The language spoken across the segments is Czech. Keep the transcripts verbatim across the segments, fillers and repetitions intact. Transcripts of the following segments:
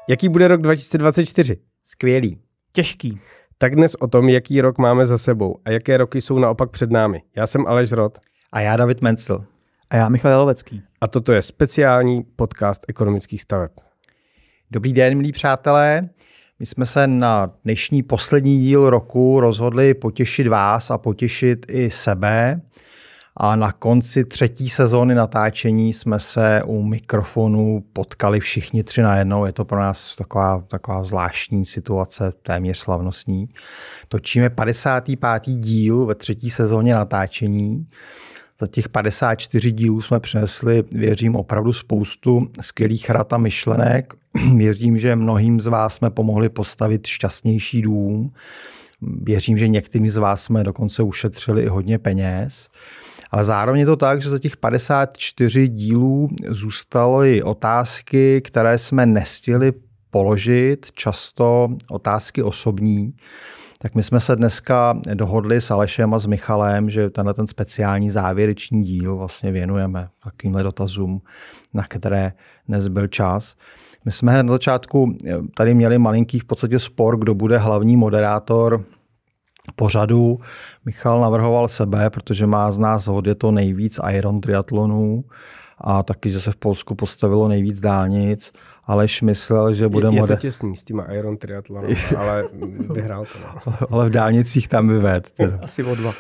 Jaký bude rok dva tisíce dvacet čtyři? Skvělý. Těžký. Tak dnes o tom, jaký rok máme za sebou a jaké roky jsou naopak před námi. Já jsem Aleš Rod. A já David Mencl. A já Michal Jalovecký. A toto je speciální podcast ekonomických staveb. Dobrý den, milí přátelé. My jsme se na dnešní poslední díl roku rozhodli potěšit vás a potěšit i sebe. A na konci třetí sezóny natáčení jsme se u mikrofonu potkali všichni tři najednou. Je to pro nás taková, taková zvláštní situace, téměř slavnostní. Točíme padesátý pátý díl ve třetí sezóně natáčení. Za těch padesát čtyři dílů jsme přinesli, věřím, opravdu spoustu skvělých rad a myšlenek. Věřím, že mnohým z vás jsme pomohli postavit šťastnější dům. Věřím, že některým z vás jsme dokonce ušetřili i hodně peněz. Ale zároveň je to tak, že za těch padesát čtyři dílů zůstalo i otázky, které jsme nestihli položit, často otázky osobní. Tak my jsme se dneska dohodli s Alešem a s Michalem, že tenhle ten speciální závěrečný díl vlastně věnujeme takovýmhle dotazům, na které dnes byl čas. My jsme hned na začátku tady měli malinký v podstatě spor, kdo bude hlavní moderátor pořadu. Michal navrhoval sebe, protože má z nás hodně to nejvíc Iron triatlonů a taky, že se v Polsku postavilo nejvíc dálnic. Aleš myslel, že bude... Je, je moder... to těsný s těma Iron triatlonem, ale vyhrál to. No. Ale v dálnicích tam vyved. Asi o dva.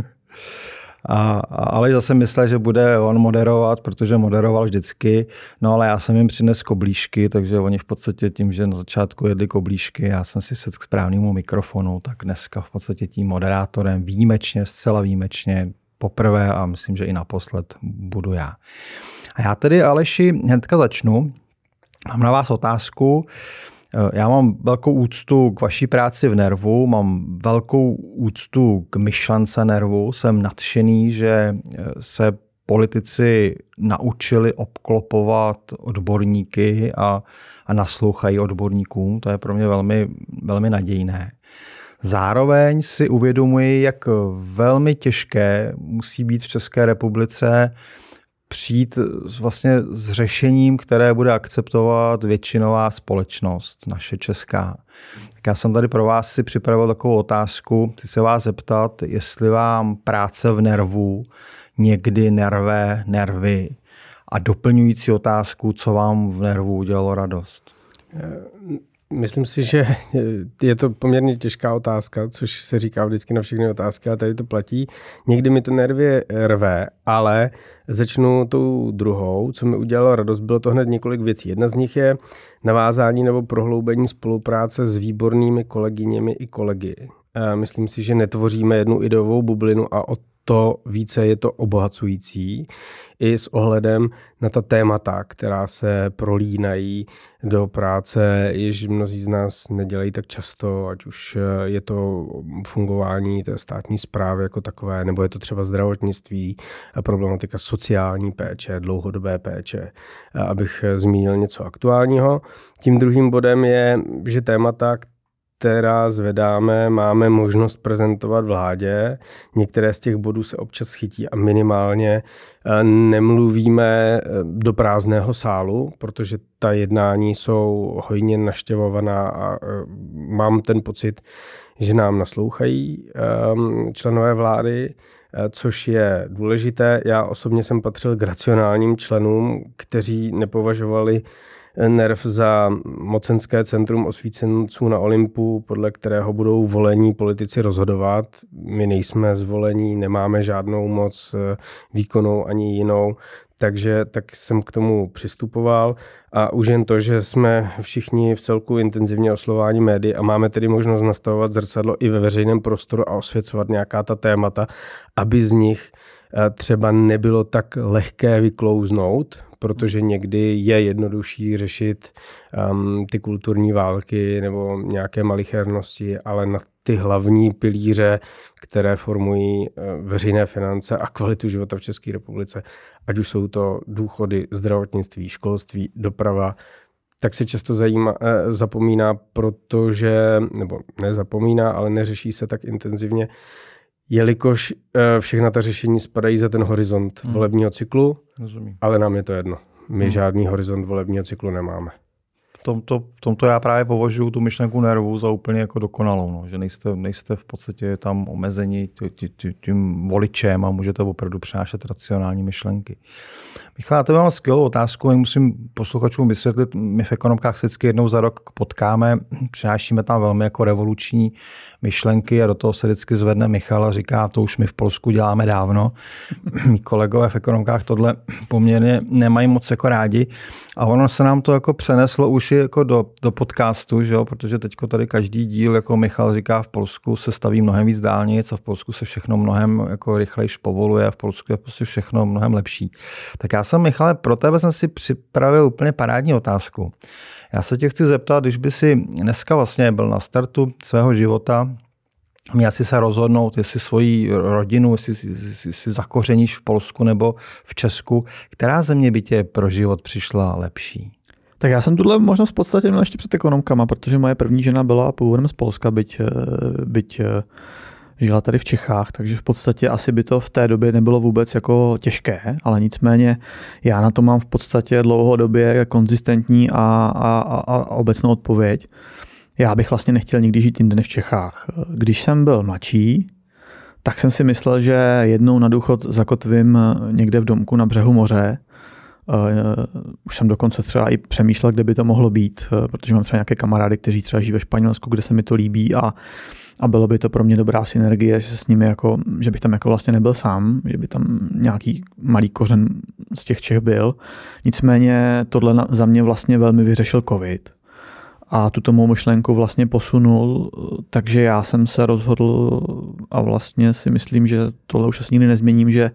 A, ale zase myslel, že bude on moderovat, protože moderoval vždycky. No ale já jsem jim přines koblížky, takže oni v podstatě tím, že na začátku jedli koblížky, já jsem si sedl k správnému mikrofonu, tak dneska v podstatě tím moderátorem výjimečně, zcela výjimečně, poprvé a myslím, že i naposled budu já. A já tedy, Aleši, hnedka začnu. Mám na vás otázku. Já mám velkou úctu k vaší práci v Nervu, mám velkou úctu k myšlence Nervu, jsem nadšený, že se politici naučili obklopovat odborníky a, a naslouchají odborníkům, to je pro mě velmi, velmi nadějné. Zároveň si uvědomuji, jak velmi těžké musí být v České republice přijít vlastně s řešením, které bude akceptovat většinová společnost, naše česká. Tak já jsem tady pro vás si připravil takovou otázku. Chci se vás zeptat, jestli vám práce v Nervu někdy nerve nervy a doplňující otázku, co vám v Nervu udělalo radost. Myslím si, že je to poměrně těžká otázka, což se říká vždycky na všechny otázky, a tady to platí. Někdy mi to nervy rve, ale začnu tou druhou, co mi udělalo radost. Bylo to hned několik věcí. Jedna z nich je navázání nebo prohloubení spolupráce s výbornými kolegyněmi i kolegy. Myslím si, že netvoříme jednu ideovou bublinu a o to více je to obohacující i s ohledem na ta témata, která se prolínají do práce, jež mnozí z nás nedělají tak často, ať už je to fungování té státní správy jako takové, nebo je to třeba zdravotnictví, problematika sociální péče, dlouhodobé péče, abych zmínil něco aktuálního. Tím druhým bodem je, že témata, která zvedáme, máme možnost prezentovat vládě. Některé z těch bodů se občas chytí a minimálně nemluvíme do prázdného sálu, protože ta jednání jsou hojně naštěvovaná a mám ten pocit, že nám naslouchají členové vlády, což je důležité. Já osobně jsem patřil k racionálním členům, kteří nepovažovali Nerv za mocenské centrum osvícenců na Olympu, podle kterého budou volení politici rozhodovat. My nejsme zvolení, nemáme žádnou moc výkonnou ani jinou, takže tak jsem k tomu přistupoval a už jen to, že jsme všichni v celku intenzivně oslovováni médií a máme tedy možnost nastavovat zrcadlo i ve veřejném prostoru a osvěcovat nějaká ta témata, aby z nich třeba nebylo tak lehké vyklouznout, protože někdy je jednodušší řešit um, ty kulturní války nebo nějaké malichernosti, ale na ty hlavní pilíře, které formují uh, veřejné finance a kvalitu života v České republice, ať už jsou to důchody, zdravotnictví, školství, doprava, tak se často zajímá, eh, zapomíná, protože, nebo nezapomíná, ale neřeší se tak intenzivně, jelikož eh, všechna ta řešení spadají za ten horizont hmm. volebního cyklu, Rozumím. Ale nám je to jedno. My hmm. žádný horizont volebního cyklu nemáme. v tomto, v tomto já právě považuji tu myšlenku nervu za úplně jako dokonalou, no. Že nejste, nejste v podstatě tam omezení tím voličem a můžete opravdu přinášet racionální myšlenky. Michal, já tebe mám skvělou otázku, a musím posluchačům vysvětlit, my v Ekonomkách vždycky jednou za rok potkáme, přinášíme tam velmi jako revoluční myšlenky a do toho se vždycky zvedne Michal a říká, to už my v Polsku děláme dávno. Mí kolegové v Ekonomkách tohle poměrně nemají moc jako rádi a ono se nám to jako přeneslo už jako do, do podcastu, že jo? Protože teďko tady každý díl, jako Michal říká, v Polsku se staví mnohem víc dálnic a v Polsku se všechno mnohem jako rychlejš povoluje a v Polsku je prostě všechno mnohem lepší. Tak já jsem, Michale, pro tebe jsem si připravil úplně parádní otázku. Já se tě chci zeptat, když by si dneska vlastně byl na startu svého života, měl si se rozhodnout, jestli svoji rodinu, jestli si zakořeníš v Polsku nebo v Česku, která země by tě pro život přišla lepší? Tak já jsem tuhle možnost v podstatě měl ještě před Ekonomkama, protože moje první žena byla původem z Polska, byť, byť žila tady v Čechách, takže v podstatě asi by to v té době nebylo vůbec jako těžké, ale nicméně já na to mám v podstatě dlouhodobě konzistentní a, a, a, a obecnou odpověď. Já bych vlastně nechtěl nikdy žít jinde než v Čechách. Když jsem byl mladší, tak jsem si myslel, že jednou na důchod zakotvím někde v domku na břehu moře. Už jsem dokonce třeba i přemýšlel, kde by to mohlo být, protože mám třeba nějaké kamarády, kteří třeba žijí ve Španělsku, kde se mi to líbí a, a bylo by to pro mě dobrá synergie, že se s nimi jako, že bych tam jako vlastně nebyl sám, že by tam nějaký malý kořen z těch Čech byl. Nicméně tohle za mě vlastně velmi vyřešil covid. A tuto mou myšlenku vlastně posunul, takže já jsem se rozhodl a vlastně si myslím, že tohle už asi nikdy nezměním, že,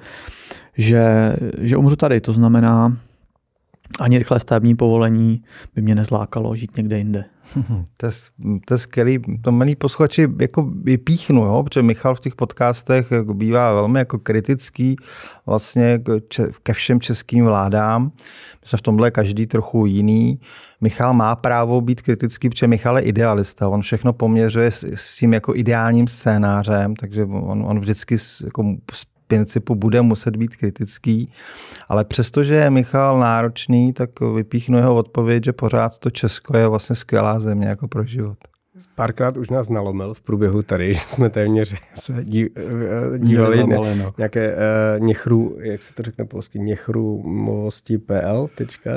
že, že umřu tady. To znamená, ani rychlé stavební povolení by mě nezlákalo žít někde jinde. To je, to je skvělý. To milí posluchači jako vypíchnu, jo? Protože Michal v těch podcastech bývá velmi jako kritický vlastně ke všem českým vládám. My jsme v tomhle každý trochu jiný. Michal má právo být kritický, protože Michal je idealista. On všechno poměřuje s, s tím jako ideálním scénářem, takže on, on vždycky jako principu bude muset být kritický, ale přestože je Michal náročný, tak vypíchnu jeho odpověď, že pořád to Česko je vlastně skvělá země jako pro život. Párkrát už nás nalomil v průběhu tady, že jsme téměř se dívali na nějaké uh, něchru, jak se to řekne polsky, něchrumovosti tečka p l tečka,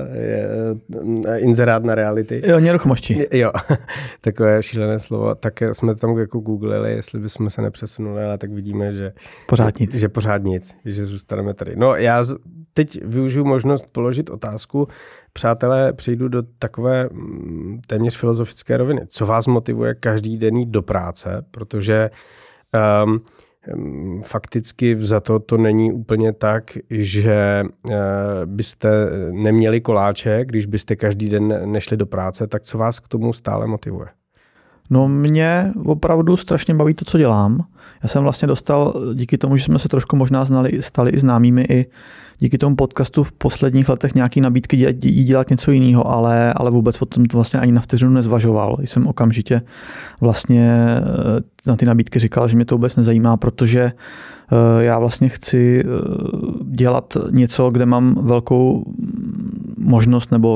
uh, inzerát na reality. Jo, něruchomosti. Jo, takové šílené slovo. Tak jsme tam jako googlili, jestli bychom se nepřesunuli, ale tak vidíme, že pořád nic. Že pořád nic, že zůstaneme tady. No já teď využiju možnost položit otázku. Přátelé, přejdu do takové téměř filozofické roviny. Co vás motivuje každý den jít do práce? Protože um, fakticky vzato to není úplně tak, že uh, byste neměli koláče, když byste každý den nešli do práce, tak co vás k tomu stále motivuje? No mě opravdu strašně baví to, co dělám. Já jsem vlastně dostal, díky tomu, že jsme se trošku možná znali, stali i známými, i díky tomu podcastu v posledních letech nějaký nabídky dělat, dělat něco jiného, ale, ale vůbec potom to vlastně ani na vteřinu nezvažoval. Jsem okamžitě vlastně na ty nabídky říkal, že mě to vůbec nezajímá, protože já vlastně chci dělat něco, kde mám velkou možnost nebo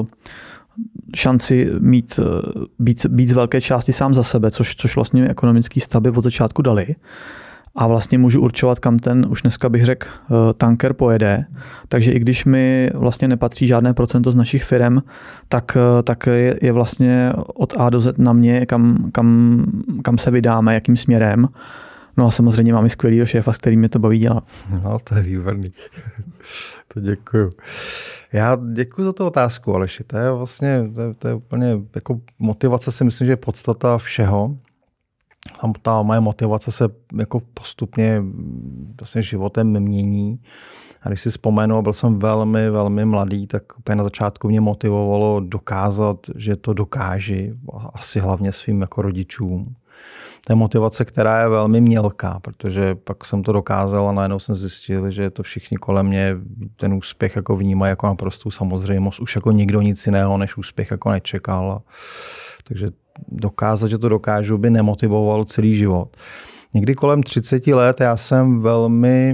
šanci mít, být, být z velké části sám za sebe, což, což vlastně ekonomický stavby od začátku dali. A vlastně můžu určovat, kam ten, už dneska bych řekl, tanker pojede. Takže i když mi vlastně nepatří žádné procento z našich firem, tak, tak je, je vlastně od A do Z na mě, kam, kam, kam se vydáme, jakým směrem. No a samozřejmě mám i skvělýho šéfa, s kterým mě to baví dělat. No, to je výborný. To děkuju. Já děkuji za tu otázku, Aleši. To je vlastně, to je, to je úplně jako motivace, si myslím, že je podstata všeho. Tam ta moje motivace se jako postupně vlastně životem mění. A když si vzpomenu, byl jsem velmi, velmi mladý, tak úplně na začátku mě motivovalo dokázat, že to dokáži, asi hlavně svým jako rodičům. To je motivace, která je velmi mělká, protože pak jsem to dokázal a najednou jsem zjistil, že to všichni kolem mě ten úspěch jako vnímají jako naprostou samozřejmost. Už jako nikdo nic jiného než úspěch jako nečekal. Takže dokázat, že to dokážu, by nemotivovalo celý život. Někdy kolem třiceti let já jsem velmi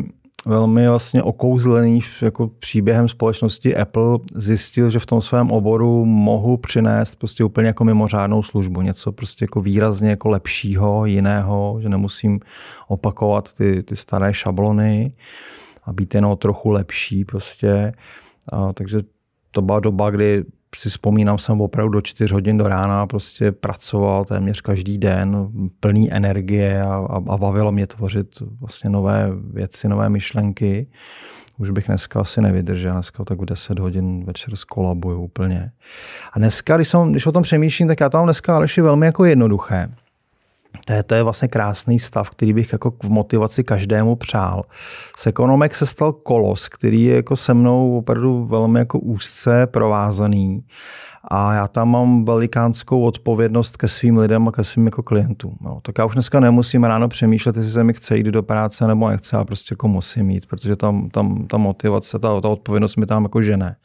velmi vlastně okouzlený jako příběhem společnosti Apple zjistil, že v tom svém oboru mohu přinést prostě úplně jako mimořádnou službu, něco prostě jako výrazně jako lepšího, jiného, že nemusím opakovat ty, ty staré šablony a být jen o trochu lepší prostě. A, takže to byla doba, kdy si vzpomínám, jsem opravdu do čtyř hodin do rána prostě pracoval téměř každý den, plný energie a, a, a bavilo mě tvořit vlastně nové věci, nové myšlenky. Už bych dneska asi nevydržel, dneska tak v deset hodin večer skolabuju úplně. A dneska, když, jsem, když o tom přemýšlím, tak já to mám dneska Aleši velmi jako jednoduché. To je, to je vlastně krásný stav, který bych jako v motivaci každému přál. Z ekonomek se stal kolos, který je jako se mnou opravdu velmi jako úzce provázaný a já tam mám velikánskou odpovědnost ke svým lidem a ke svým jako klientům. No, tak já už dneska nemusím ráno přemýšlet, jestli se mi chce jít do práce nebo nechce, já prostě jako musím jít, protože tam, tam ta motivace, ta, ta odpovědnost mi tam jako žene.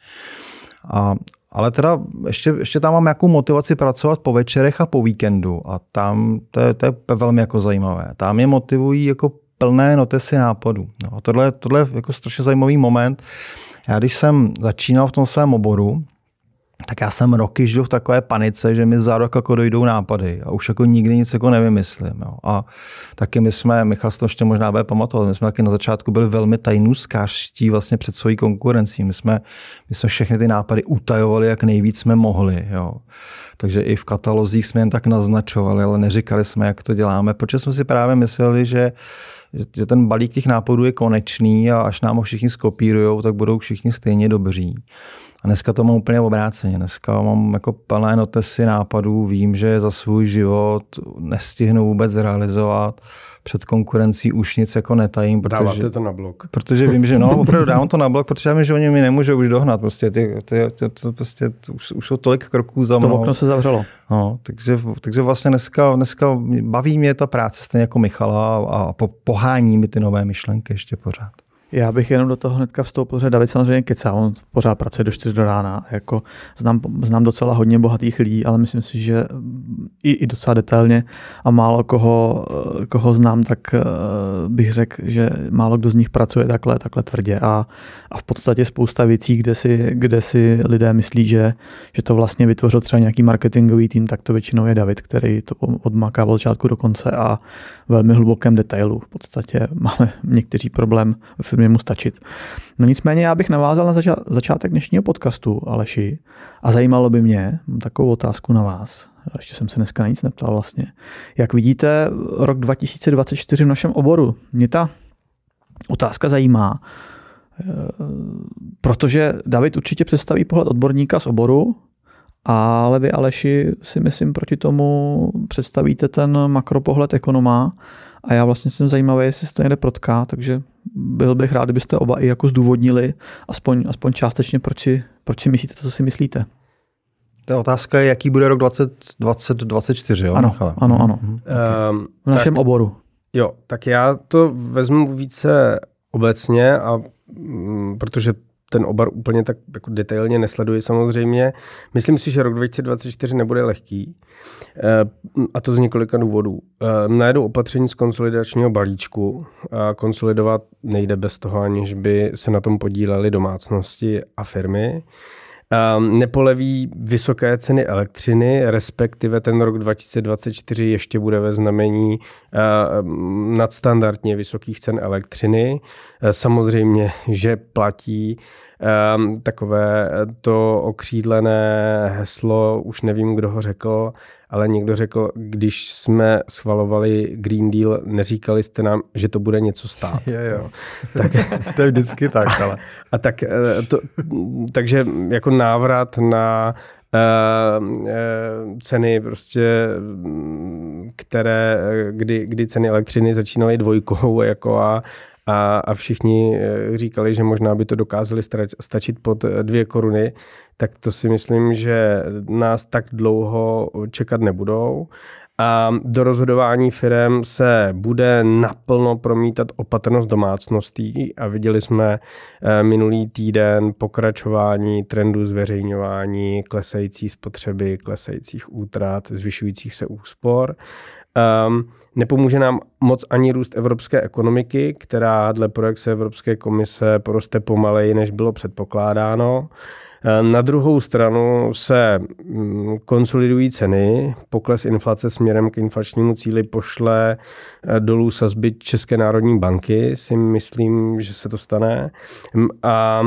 A ale teda ještě, ještě tam mám nějakou motivaci pracovat po večerech a po víkendu a tam to je, to je velmi jako zajímavé. Tam mě motivují jako plné notesy nápadů. No, a tohle, tohle je jako strašně zajímavý moment. Já když jsem začínal v tom svém oboru, tak já jsem roky žil v takové panice, že mi za rok jako dojdou nápady a už jako nikdy nic jako nevymyslím. Jo. A taky my jsme, Michal si to ještě možná bude pamatovat, my jsme taky na začátku byli velmi tajnůzkářští vlastně před svojí konkurencí. My jsme, my jsme všechny ty nápady utajovali, jak nejvíc jsme mohli. Jo. Takže i v katalozích jsme jen tak naznačovali, ale neříkali jsme, jak to děláme, protože jsme si právě mysleli, že že ten balík těch nápadů je konečný a až nám ho všichni skopírujou, tak budou všichni stejně dobří. A dneska to mám úplně obráceně. Dneska mám jako plné notesy nápadů, vím, že za svůj život nestihnu vůbec realizovat. Před konkurencí už nic jako netajím. Protože, dáváte to na blok. Protože vím, že no, opravdu dávám to na blok, protože vím, že oni mi nemůžou už dohnat. Prostě, ty, ty, ty, ty, prostě už, už jsou tolik kroků za mnou. To okno se zavřelo. No, takže, takže vlastně dneska, dneska baví mě ta práce stejně jako Michala a po, pohání mi ty nové myšlenky ještě pořád. Já bych jenom do toho hnedka vstoupil, že David samozřejmě kecá, on pořád pracuje do čtyř do rána. Jako znám, znám docela hodně bohatých lidí, ale myslím si, že i, i docela detailně a málo koho, koho znám, tak bych řekl, že málo kdo z nich pracuje takhle, takhle tvrdě a, a v podstatě spousta věcí, kde si, kde si lidé myslí, že, že to vlastně vytvořil třeba nějaký marketingový tým, tak to většinou je David, který to odmaká od začátku do konce a velmi hlubokém detailu. V podstatě máme někteří problém v mu stačit. No nicméně já bych navázal na zača- začátek dnešního podcastu, Aleši, a zajímalo by mě, mám takovou otázku na vás, ještě jsem se dneska na nic neptal vlastně, jak vidíte rok dva tisíce dvacet čtyři v našem oboru? Mě ta otázka zajímá, protože David určitě představí pohled odborníka z oboru, ale vy, Aleši, si myslím proti tomu představíte ten makropohled ekonoma a já vlastně jsem zajímavý, jestli se to někde protká, takže byl bych rád, kdybyste oba i jako zdůvodnili, aspoň, aspoň částečně, proč si, proč si myslíte to, co si myslíte. Ta otázka je, jaký bude rok dvacet dvacet čtyři, jo? Ano, ano, ano. Mhm. Um, v našem tak, oboru. Jo, tak já to vezmu více obecně, a m, protože ten obor úplně tak jako detailně nesleduji samozřejmě. Myslím si, že rok dva tisíce dvacet čtyři nebude lehký. A to z několika důvodů. Najedou opatření z konsolidačního balíčku. A konsolidovat nejde bez toho, aniž by se na tom podílely domácnosti a firmy. Nepoleví vysoké ceny elektřiny, respektive ten rok dva tisíce dvacet čtyři ještě bude ve znamení nadstandardně vysokých cen elektřiny. Samozřejmě, že platí takové to okřídlené heslo, už nevím, kdo ho řekl, ale někdo řekl, když jsme schvalovali Green Deal, neříkali jste nám, že to bude něco stát. Jo, jo. Tak, to je vždycky tak. Ale. A tak, to, takže jako návrat na uh, ceny, prostě, které, kdy, kdy ceny elektřiny začínaly dvojkou jako a A, a všichni říkali, že možná by to dokázali stačit pod dvě koruny, tak to si myslím, že nás tak dlouho čekat nebudou. A do rozhodování firem se bude naplno promítat opatrnost domácností a viděli jsme minulý týden pokračování trendu zveřejňování klesající spotřeby, klesajících útrat, zvyšujících se úspor. Um, nepomůže nám moc ani růst evropské ekonomiky, která dle projekce Evropské komise poroste pomaleji, než bylo předpokládáno. Na druhou stranu se konsolidují ceny, pokles inflace směrem k inflačnímu cíli pošle dolů sazby České národní banky, si myslím, že se to stane. A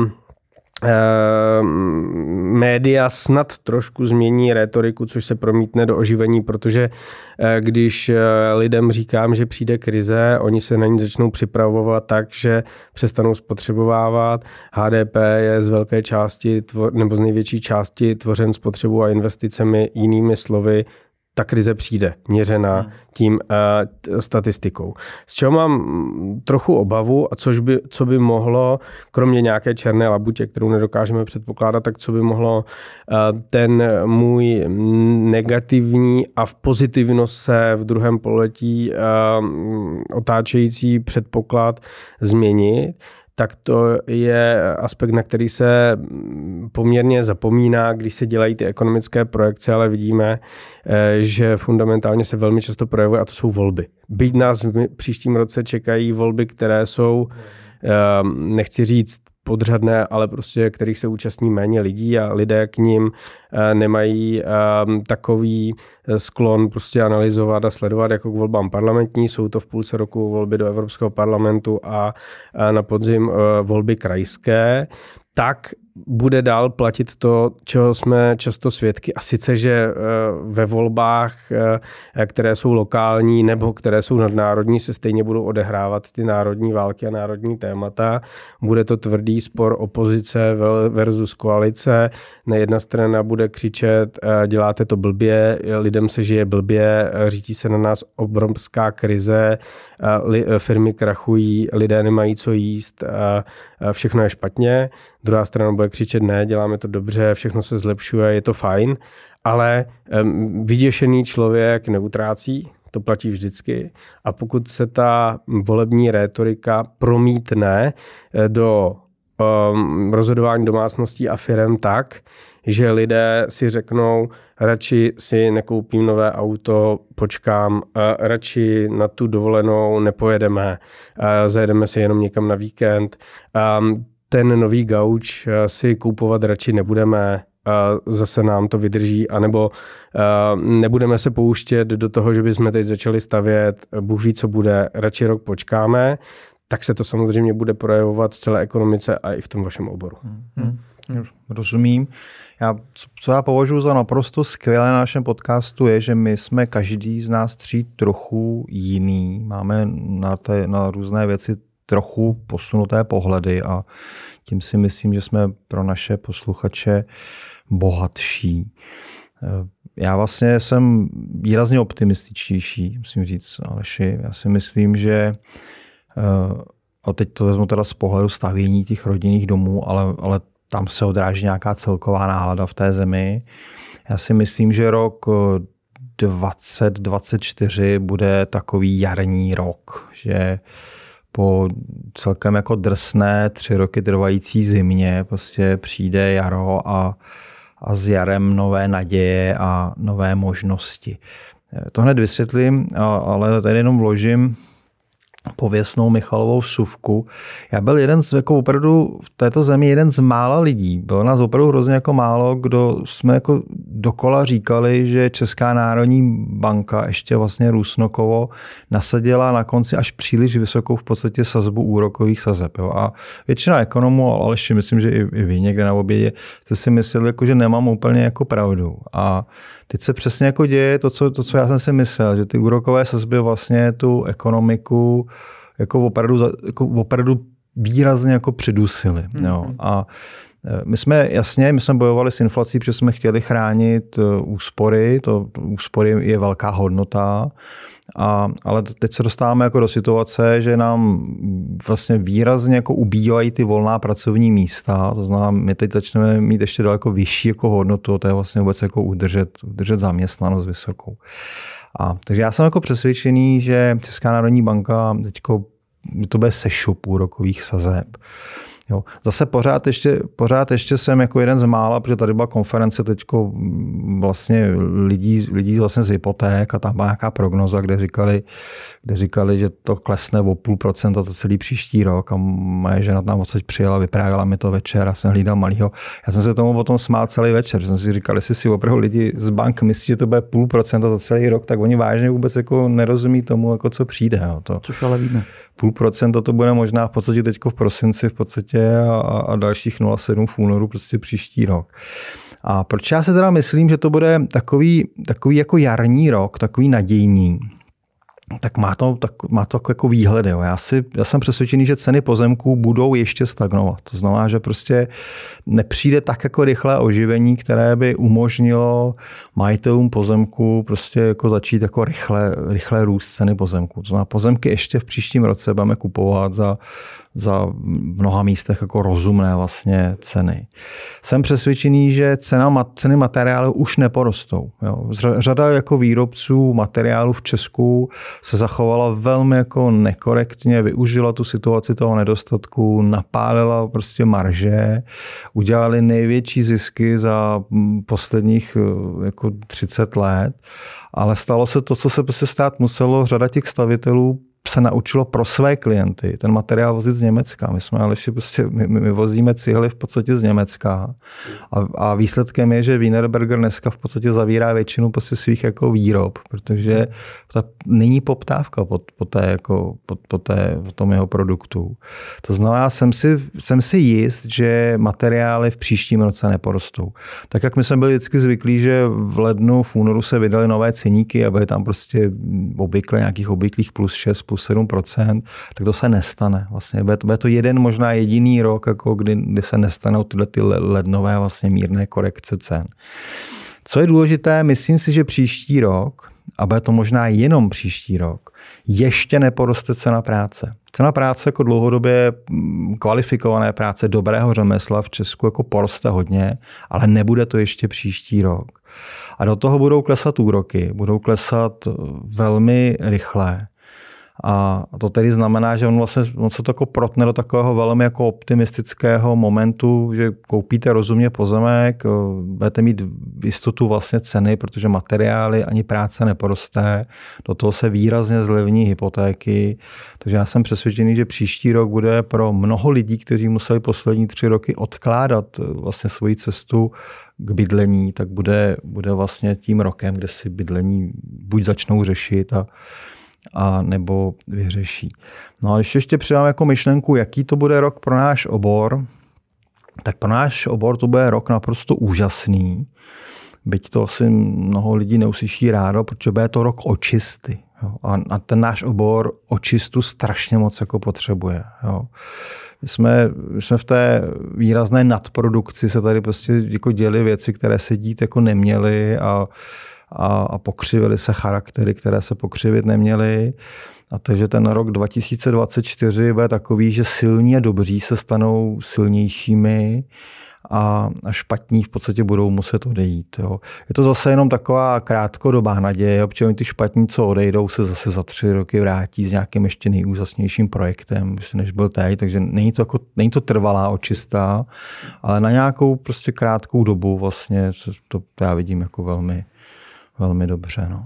média snad trošku změní rétoriku, což se promítne do oživení, protože když lidem říkám, že přijde krize, oni se na ní začnou připravovat tak, že přestanou spotřebovávat. H D P je z velké části nebo z největší části tvořen spotřebou a investicemi, jinými slovy, ta krize přijde, měřená tím uh, statistikou. Z čeho mám trochu obavu, a což by, co by mohlo, kromě nějaké černé labutě, kterou nedokážeme předpokládat, tak co by mohlo uh, ten můj negativní a v pozitivnost se v druhém pololetí uh, otáčející předpoklad změnit, tak to je aspekt, na který se poměrně zapomíná, když se dělají ty ekonomické projekce, ale vidíme, že fundamentálně se velmi často projevuje, a to jsou volby. Byť nás v příštím roce čekají volby, které jsou, nechci říct podřadné, ale prostě kterých se účastní méně lidí a lidé k nim nemají takový sklon prostě analyzovat a sledovat jako k volbám parlamentní. Jsou to v půlce roku volby do Evropského parlamentu a na podzim volby krajské. Tak bude dál platit to, čeho jsme často svědky, a sice, že ve volbách, které jsou lokální nebo které jsou nadnárodní, se stejně budou odehrávat ty národní války a národní témata. Bude to tvrdý spor opozice versus koalice. Na jedna strana bude křičet, děláte to blbě, lidem se žije blbě, řítí se na nás obrovská krize, firmy krachují, lidé nemají co jíst, všechno je špatně. Druhá strana bude křičet, ne, děláme to dobře, všechno se zlepšuje, je to fajn, ale um, vyděšený člověk neutrácí, to platí vždycky. A pokud se ta volební rétorika promítne do um, rozhodování domácností a firem tak, že lidé si řeknou, radši si nekoupím nové auto, počkám, radši na tu dovolenou nepojedeme, zajedeme si jenom někam na víkend, um, ten nový gauč si koupovat radši nebudeme, zase nám to vydrží, anebo nebudeme se pouštět do toho, že bychom teď začali stavět, Bůh ví, co bude, radši rok počkáme, tak se to samozřejmě bude projevovat v celé ekonomice a i v tom vašem oboru. Hmm. Rozumím. Já, co já považuji za naprosto skvělé na našem podcastu je, že my jsme každý z nás tří trochu jiný. Máme na, té, na různé věci trochu posunuté pohledy a tím si myslím, že jsme pro naše posluchače bohatší. Já vlastně jsem výrazně optimističtější, musím říct, Aleši. Já si myslím, že a teď to vezmu teda z pohledu stavění těch rodinných domů, ale, ale tam se odráží nějaká celková nálada v té zemi. Já si myslím, že rok dvacet dvacet čtyři bude takový jarní rok, že po celkem jako drsné tři roky trvající zimě prostě přijde jaro a, a s jarem nové naděje a nové možnosti. To hned vysvětlím, ale tady jenom vložím pověstnou Michalovou vsuvku. Já byl jeden z, jako opravdu v této zemi jeden z mála lidí. Bylo nás opravdu hrozně jako málo, kdo jsme jako dokola říkali, že Česká národní banka ještě vlastně Rusnokovo nasadila na konci až příliš vysokou v podstatě sazbu úrokových sazeb. Jo. A většina ekonomů, ale ještě myslím, že i vy někde na obědě jste si mysleli, jako, že nemám úplně jako pravdu. A teď se přesně jako děje to co, to, co já jsem si myslel, že ty úrokové sazby vlastně tu ekonomiku jako opravdu, jako opravdu výrazně jako přidusili. Mm-hmm. Jo. A my jsme jasně, my jsme bojovali s inflací, protože jsme chtěli chránit úspory, to, to úspory je velká hodnota, a, ale teď se dostáváme jako do situace, že nám vlastně výrazně jako ubývají ty volná pracovní místa, to znamená, my teď začneme mít ještě daleko vyšší jako hodnotu, to je vlastně vůbec jako udržet, udržet zaměstnanost vysokou. A, takže já jsem jako přesvědčený, že Česká národní banka teďko, to bude sešup úrokových sazeb. Jo. Zase pořád ještě, pořád ještě jsem jako jeden z mála, protože tady byla konference teďko vlastně lidí, lidí vlastně z hypoték a tam byla nějaká prognoza, kde říkali, kde říkali, že to klesne o půl procenta za celý příští rok a moje žena tam odsaď přijela, vyprávěla mi to večer a jsem hlídal malýho. Já jsem se tomu potom smál celý večer, že jsem si říkal, jestli si opravdu lidi z bank myslí, že to bude půl procenta za celý rok, tak oni vážně vůbec jako nerozumí tomu, jako co přijde. Jo. To, Což ale víme. Půl procenta to bude možná v podstatě teďko v prosinci v podstatě a, a dalších nula celá sedm v únoru prostě příští rok. A proč já se teda myslím, že to bude takový, takový jako jarní rok, takový nadějný, tak má to, tak, má to jako výhledy. Jo. Já, si, já jsem přesvědčený, že ceny pozemků budou ještě stagnovat. To znamená, že prostě nepřijde tak jako rychlé oživení, které by umožnilo majitelům pozemku prostě jako začít jako rychle, rychle růst ceny pozemků. To znamená, pozemky ještě v příštím roce budeme kupovat za, za mnoha místech jako rozumné vlastně ceny. Jsem přesvědčený, že cena, ceny materiálu už neporostou. Jo. Řada jako výrobců materiálu v Česku se zachovala velmi jako nekorektně, využila tu situaci toho nedostatku, napálila prostě marže, udělali největší zisky za posledních jako třicet let, ale stalo se to, co se prostě stát muselo. Řada těch stavitelů se naučilo pro své klienty ten materiál vozit z Německa. My jsme ale prostě, my, my vozíme cihly v podstatě z Německa a, a výsledkem je, že Wienerberger dneska v podstatě zavírá většinu prostě svých jako výrob, protože ta není poptávka po, po, té, jako, po, po, té, po tom jeho produktu. To znamená, jsem si, jsem si jist, že materiály v příštím roce neporostou. Tak jak my jsme byli vždycky zvyklí, že v lednu, v únoru se vydaly nové ceníky a byly tam prostě obvykle nějakých obvyklých plus šest, plus sedm procent, tak to se nestane. Vlastně bude to, bude to jeden možná jediný rok, jako kdy, kdy se nestanou tyhle ty lednové vlastně mírné korekce cen. Co je důležité, myslím si, že příští rok, a bude to možná jenom příští rok, ještě neporoste cena práce. Cena práce jako dlouhodobě kvalifikované práce dobrého řemesla v Česku jako poroste hodně, ale nebude to ještě příští rok. A do toho budou klesat úroky, budou klesat velmi rychle. A to tedy znamená, že on, vlastně, on se to jako protne do takového velmi jako optimistického momentu, že koupíte rozumně pozemek, budete mít jistotu vlastně ceny, protože materiály ani práce neporoste, do toho se výrazně zlevní hypotéky. Takže já jsem přesvědčený, že příští rok bude pro mnoho lidí, kteří museli poslední tři roky odkládat vlastně svoji cestu k bydlení, tak bude, bude vlastně tím rokem, kde si bydlení buď začnou řešit a a nebo vyřeší. No a když ještě přidám jako myšlenku, jaký to bude rok pro náš obor, tak pro náš obor to bude rok naprosto úžasný. Byť to asi mnoho lidí neuslyší rádo, protože bude to rok očisty. Jo. A ten náš obor očistu strašně moc jako potřebuje. Jo. My jsme, my jsme v té výrazné nadprodukci se tady prostě jako děli věci, které se dít jako neměly a A, a pokřivily se charaktery, které se pokřivit neměly. A takže ten rok dva tisíce dvacet čtyři bude takový, že silní a dobří se stanou silnějšími a, a špatní v podstatě budou muset odejít. Jo. Je to zase jenom taková krátkodobá naděje, protože ty špatní, co odejdou, se zase za tři roky vrátí s nějakým ještě nejúžasnějším projektem, než byl teď. Takže není to, jako, není to trvalá očista, ale na nějakou prostě krátkou dobu vlastně to, to já vidím jako velmi Velmi dobře. No.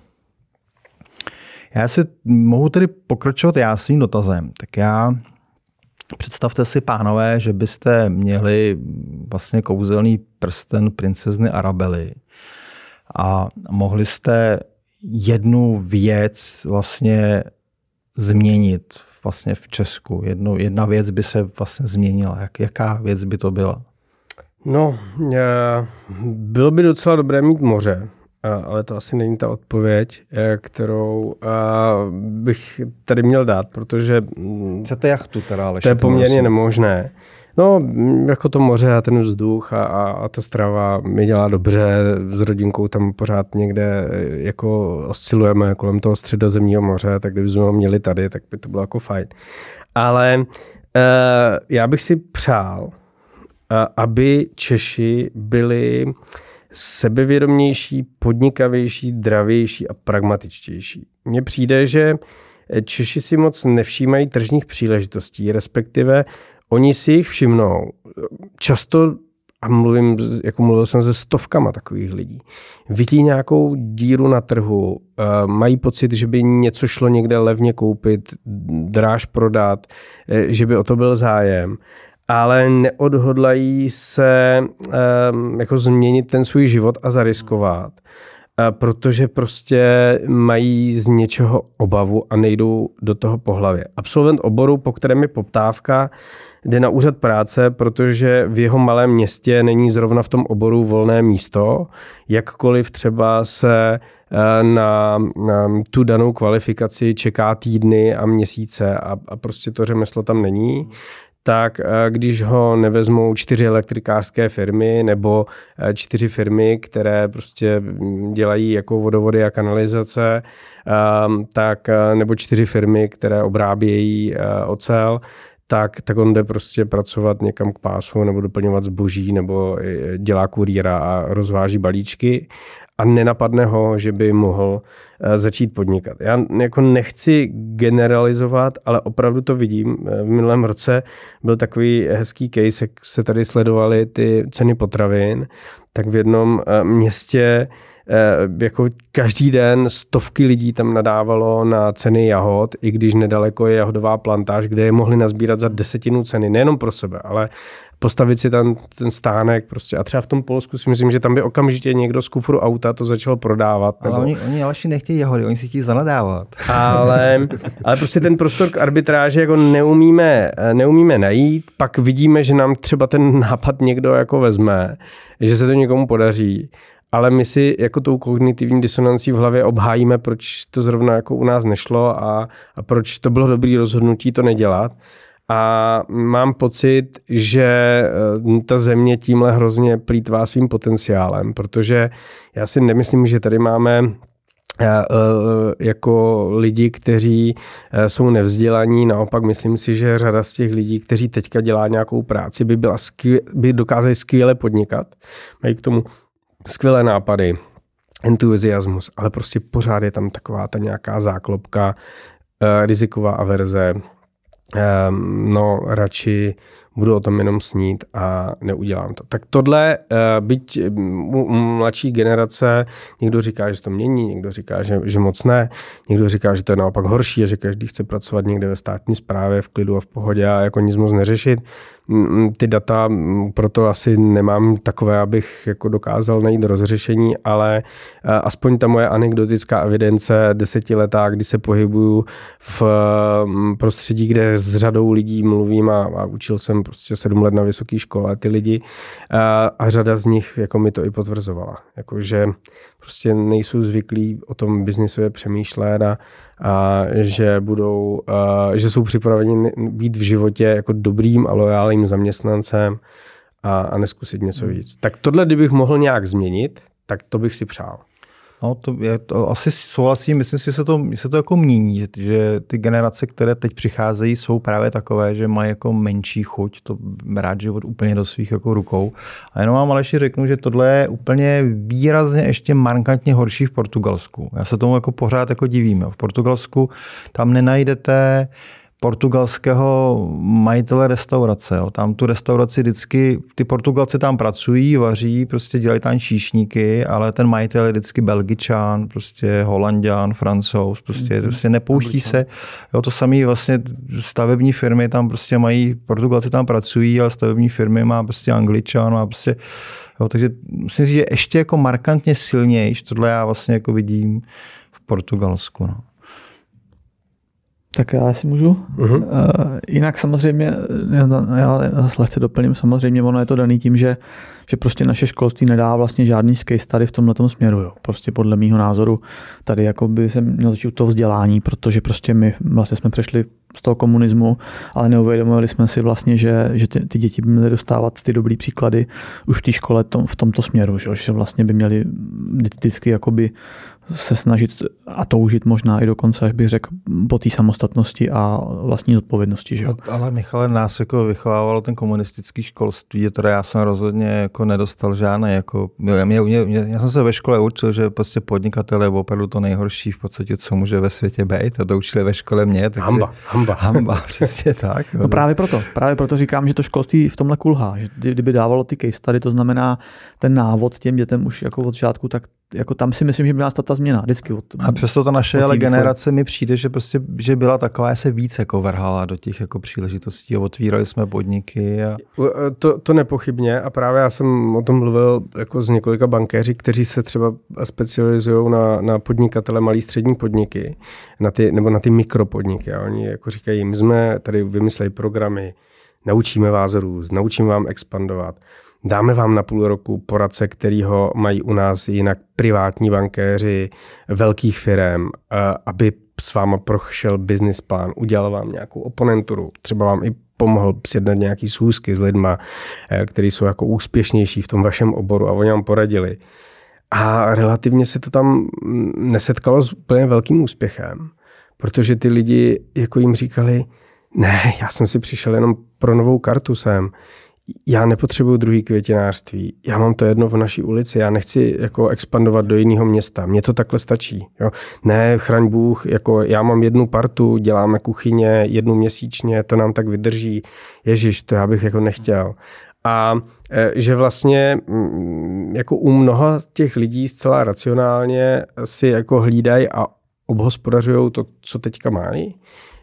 Já si mohu tedy pokračovat já svým dotazem. Tak já představte si, pánové, že byste měli vlastně kouzelný prsten princezny Arabely a mohli jste jednu věc vlastně změnit vlastně v Česku. Jednu, jedna věc by se vlastně změnila. Jak, jaká věc by to byla? No, bylo by docela dobré mít moře. Ale to asi není ta odpověď, kterou bych tady měl dát, protože chcete jachtu teda, ale to je poměrně to nemožné. No, jako to moře a ten vzduch a, a, a ta strava mi dělá dobře, s rodinkou tam pořád někde jako oscilujeme kolem toho středozemního moře, tak kdybychom ho měli tady, tak by to bylo jako fajn. Ale uh, já bych si přál, uh, aby Češi byli sebevědomější, podnikavější, dravější a pragmatičtější. Mně přijde, že Češi si moc nevšímají tržních příležitostí, respektive oni si jich všimnou. Často, a mluvím, jako mluvil jsem se stovkama takových lidí, vidí nějakou díru na trhu, mají pocit, že by něco šlo někde levně koupit, dráž prodat, že by o to byl zájem, ale neodhodlají se jako změnit ten svůj život a zariskovat, protože prostě mají z něčeho obavu a nejdou do toho po hlavě. Absolvent oboru, po kterém je poptávka, jde na úřad práce, protože v jeho malém městě není zrovna v tom oboru volné místo, jakkoliv třeba se na, na tu danou kvalifikaci čeká týdny a měsíce a, a prostě to řemeslo tam není. Tak když ho nevezmou čtyři elektrikářské firmy nebo čtyři firmy, které prostě dělají jako vodovody a kanalizace, tak, nebo čtyři firmy, které obrábějí ocel, tak, tak on jde prostě pracovat někam k pásu nebo doplňovat zboží nebo dělá kurýra a rozváží balíčky a nenapadne ho, že by mohl začít podnikat. Já jako nechci generalizovat, ale opravdu to vidím. V minulém roce byl takový hezký case, jak se tady sledovaly ty ceny potravin, tak v jednom městě jako každý den stovky lidí tam nadávalo na ceny jahod, i když nedaleko je jahodová plantáž, kde je mohli nazbírat za desetinu ceny, nejenom pro sebe, ale postavit si tam ten stánek prostě. A třeba v tom Polsku si myslím, že tam by okamžitě někdo z kufru auta to začal prodávat. Ale nebo... oni, oni ale nechtějí jahody, oni si chtějí zanadávat. Ale, ale prostě ten prostor k arbitráži jako neumíme, neumíme najít, pak vidíme, že nám třeba ten nápad někdo jako vezme, že se to někomu podaří. Ale my si jako tou kognitivní disonancí v hlavě obhájíme, proč to zrovna jako u nás nešlo a, a proč to bylo dobré rozhodnutí to nedělat. A mám pocit, že ta země tímhle hrozně plýtvá svým potenciálem, protože já si nemyslím, že tady máme jako lidi, kteří jsou nevzdělaní, naopak myslím si, že řada z těch lidí, kteří teďka dělá nějakou práci, by, byla skvěle, by dokázali skvěle podnikat, mají k tomu skvělé nápady, entuziasmus, ale prostě pořád je tam taková ta nějaká záklopka, riziková averze, no radši budu o tom jenom snít a neudělám to. Tak tohle, byť mladší generace, někdo říká, že to mění, někdo říká, že, že moc ne, někdo říká, že to je naopak horší a že každý chce pracovat někde ve státní správě v klidu a v pohodě a jako nic moc neřešit. Ty data proto asi nemám takové, abych jako dokázal najít rozřešení, ale aspoň ta moje anekdotická evidence desetiletá, kdy se pohybuju v prostředí, kde s řadou lidí mluvím a, a učil jsem prostě sedm let na vysoké škole ty lidi a, a řada z nich jako mi to i potvrzovala. Jako, že prostě nejsou zvyklí o tom biznisově přemýšlet a, a že budou, a, že jsou připraveni být v životě jako dobrým a lojálním zaměstnancem a, a neskusit něco víc. Tak tohle, kdybych mohl nějak změnit, tak to bych si přál. No, to, je, to asi souhlasím, myslím si, že se to, se to jako mění, že ty generace, které teď přicházejí, jsou právě takové, že mají jako menší chuť, to rád život úplně do svých jako rukou. A jenom vám ale ještě řeknu, že tohle je úplně výrazně ještě markantně horší v Portugalsku. Já se tomu jako pořád jako divím. V Portugalsku tam nenajdete portugalského majitele restaurace. Jo. Tam tu restauraci vždycky, ty Portugalci tam pracují, vaří, prostě dělají tam číšníky, ale ten majitel je vždycky Belgičan, prostě Holanďan, Francouz, prostě, mm-hmm. prostě nepouští se. Jo, to samé vlastně stavební firmy tam prostě mají, Portugalci tam pracují, ale stavební firmy má prostě Angličan, má prostě, jo, takže myslím si, že ještě jako markantně silnější, tohle já vlastně jako vidím v Portugalsku. No. Tak já si můžu. Uh-huh. Uh, jinak samozřejmě, já zase lehce doplním, samozřejmě ono je to daný tím, že, že prostě naše školství nedá vlastně žádný case study v tomhletom směru. Jo. Prostě podle mýho názoru tady jako by se mělo začít to vzdělání, protože prostě my vlastně jsme přešli z toho komunismu, ale neuvědomovali jsme si vlastně, že, že ty, ty děti by měly dostávat ty dobrý příklady už v té škole tom, v tomto směru, že, že vlastně by měli vždycky jakoby se snažit a toužit možná i dokonce, až bych řekl, po té samostatnosti a vlastní zodpovědnosti. Že? Ale Michale, nás jako vychovávalo ten komunistický školství, teda já jsem rozhodně jako nedostal žádné. Jako, mě, mě, mě, já jsem se ve škole učil, že prostě podnikatel je opravdu to nejhorší v podstatě, co může ve světě být, a to učili ve škole mě. Takže, hamba, hamba. hamba. Hamba, přesně tak. No právě proto, právě proto říkám, že to školství v tomhle kulhá. Že kdyby dávalo ty case study, to znamená ten návod těm dětem už jako od začátku, tak jako tam si myslím, že by měla stát ta změna. Vždycky od, a přesto ta naše ale generace mi přijde, že prostě že byla taková, se víc jako vrhala do těch jako příležitostí a otvírali jsme podniky. A... To, to nepochybně a právě já jsem o tom mluvil jako s několika bankéři, kteří se třeba specializují na, na podnikatele malý střední podniky, na ty, nebo na ty mikropodniky. A oni jako říkají, my jsme tady vymysleli programy, naučíme vás růst, naučíme vám expandovat. Dáme vám na půl roku poradce, kterýho mají u nás jinak privátní bankéři velkých firem, aby s váma prošel business plán, udělal vám nějakou oponenturu, třeba vám i pomohl sjednat nějaký schůzky s lidma, kteří jsou jako úspěšnější v tom vašem oboru a oni vám poradili. A relativně se to tam nesetkalo s úplně velkým úspěchem, protože ty lidi jako jim říkali, ne, já jsem si přišel jenom pro novou kartu sem, já nepotřebuju druhý květinářství, já mám to jedno v naší ulici, já nechci jako expandovat do jiného města, mně to takhle stačí. Jo? Ne, chraň Bůh, jako já mám jednu partu, děláme kuchyně jednu měsíčně, to nám tak vydrží. Ježiš, to já bych jako nechtěl. A že vlastně jako u mnoha těch lidí zcela racionálně si jako hlídají a obhospodařují to, co teďka mají.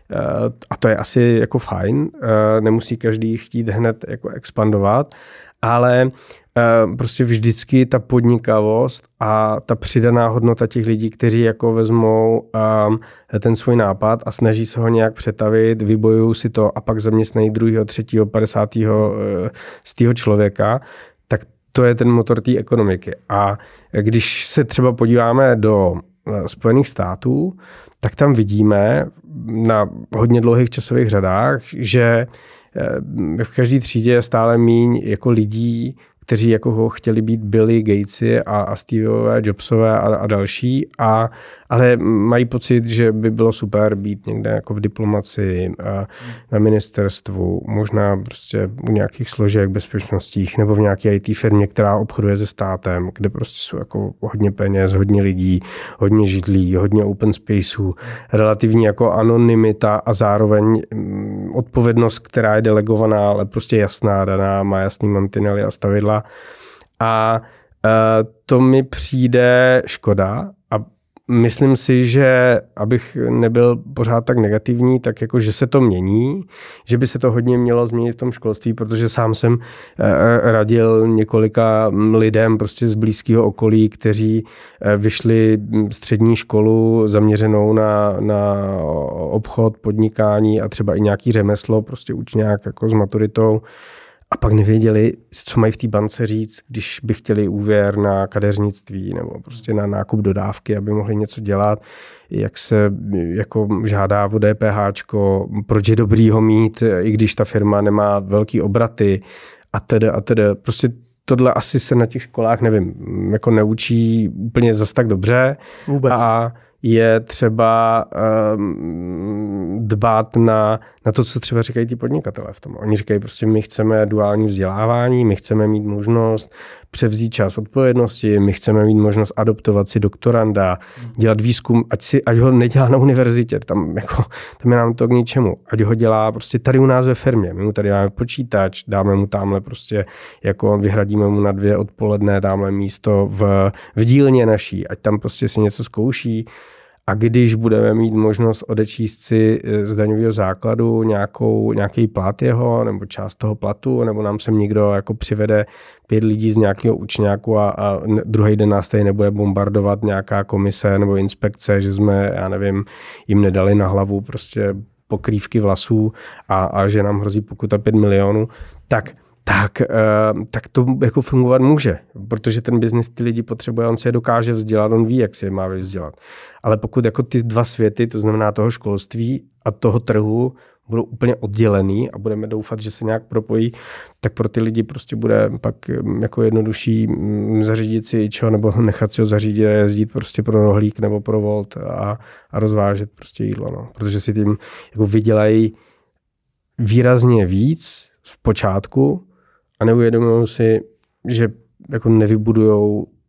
A to je asi jako fajn, nemusí každý chtít hned jako expandovat, ale prostě vždycky ta podnikavost a ta přidaná hodnota těch lidí, kteří jako vezmou ten svůj nápad a snaží se ho nějak přetavit, vybojují si to a pak zaměstnají druhého, třetího, padesátého z toho člověka, tak to je ten motor té ekonomiky. A když se třeba podíváme do Spojených států, tak tam vidíme na hodně dlouhých časových řadách, že v každé třídě je stále míň jako lidí, kteří jako ho chtěli být Billy Gatesi a, a Steveové, Jobsové a, a další, a, ale mají pocit, že by bylo super být někde jako v diplomaci, na ministerstvu, možná prostě u nějakých složek bezpečnostních nebo v nějaké í té firmě, která obchoduje se státem, kde prostě jsou jako hodně peněz, hodně lidí, hodně židlí, hodně open spaceů, relativní jako anonymita a zároveň odpovědnost, která je delegovaná, ale prostě jasná, daná, má jasný mantinely a stavidla. A to mi přijde škoda a myslím si, že abych nebyl pořád tak negativní, tak jako, že se to mění, že by se to hodně mělo změnit v tom školství, protože sám jsem radil několika lidem prostě z blízkého okolí, kteří vyšli střední školu zaměřenou na, na obchod, podnikání a třeba i nějaký řemeslo, prostě učňák jako s maturitou. A pak nevěděli, co mají v té bance říct, když by chtěli úvěr na kadeřnictví nebo prostě na nákup dodávky, aby mohli něco dělat, jak se jako žádá o DPHčko, proč je dobrý ho mít, i když ta firma nemá velký obraty a tedy a tedy. Prostě tohle asi se na těch školách, nevím, jako neučí úplně zas tak dobře. Vůbec. A je třeba um, dbát na, na to, co třeba říkají ti podnikatelé v tom. Oni říkají prostě, my chceme duální vzdělávání, my chceme mít možnost převzít část odpovědnosti, my chceme mít možnost adoptovat si doktoranda, dělat výzkum, ať, si, ať ho nedělá na univerzitě, tam, jako, tam je nám to k ničemu. Ať ho dělá prostě tady u nás ve firmě. My mu tady dáme počítač, dáme mu tamhle prostě, jako vyhradíme mu na dvě odpoledne tamhle místo v, v dílně naší, ať tam prostě si něco zkouší. A když budeme mít možnost odečíst si z daňového základu nějakou, nějaký plat jeho, nebo část toho platu, nebo nám sem někdo jako přivede pět lidí z nějakého učňáku a, a druhý den nás tady nebude bombardovat nějaká komise nebo inspekce, že jsme, já nevím, jim nedali na hlavu prostě pokrývky vlasů a, a že nám hrozí pokuta pět milionů, tak Tak, tak to jako fungovat může, protože ten biznis ty lidi potřebuje, on se je dokáže vzdělat, on ví, jak se je má vzdělat. Ale pokud jako ty dva světy, to znamená toho školství a toho trhu, budou úplně oddělený a budeme doufat, že se nějak propojí, tak pro ty lidi prostě bude pak jako jednodušší zařídit si ičo nebo nechat si ho zařídit a jezdit prostě pro rohlík nebo pro Volt a, a rozvážet prostě jídlo. No. Protože si tím jako vydělají výrazně víc v počátku, a neuvědomují si, že jako nevybudujou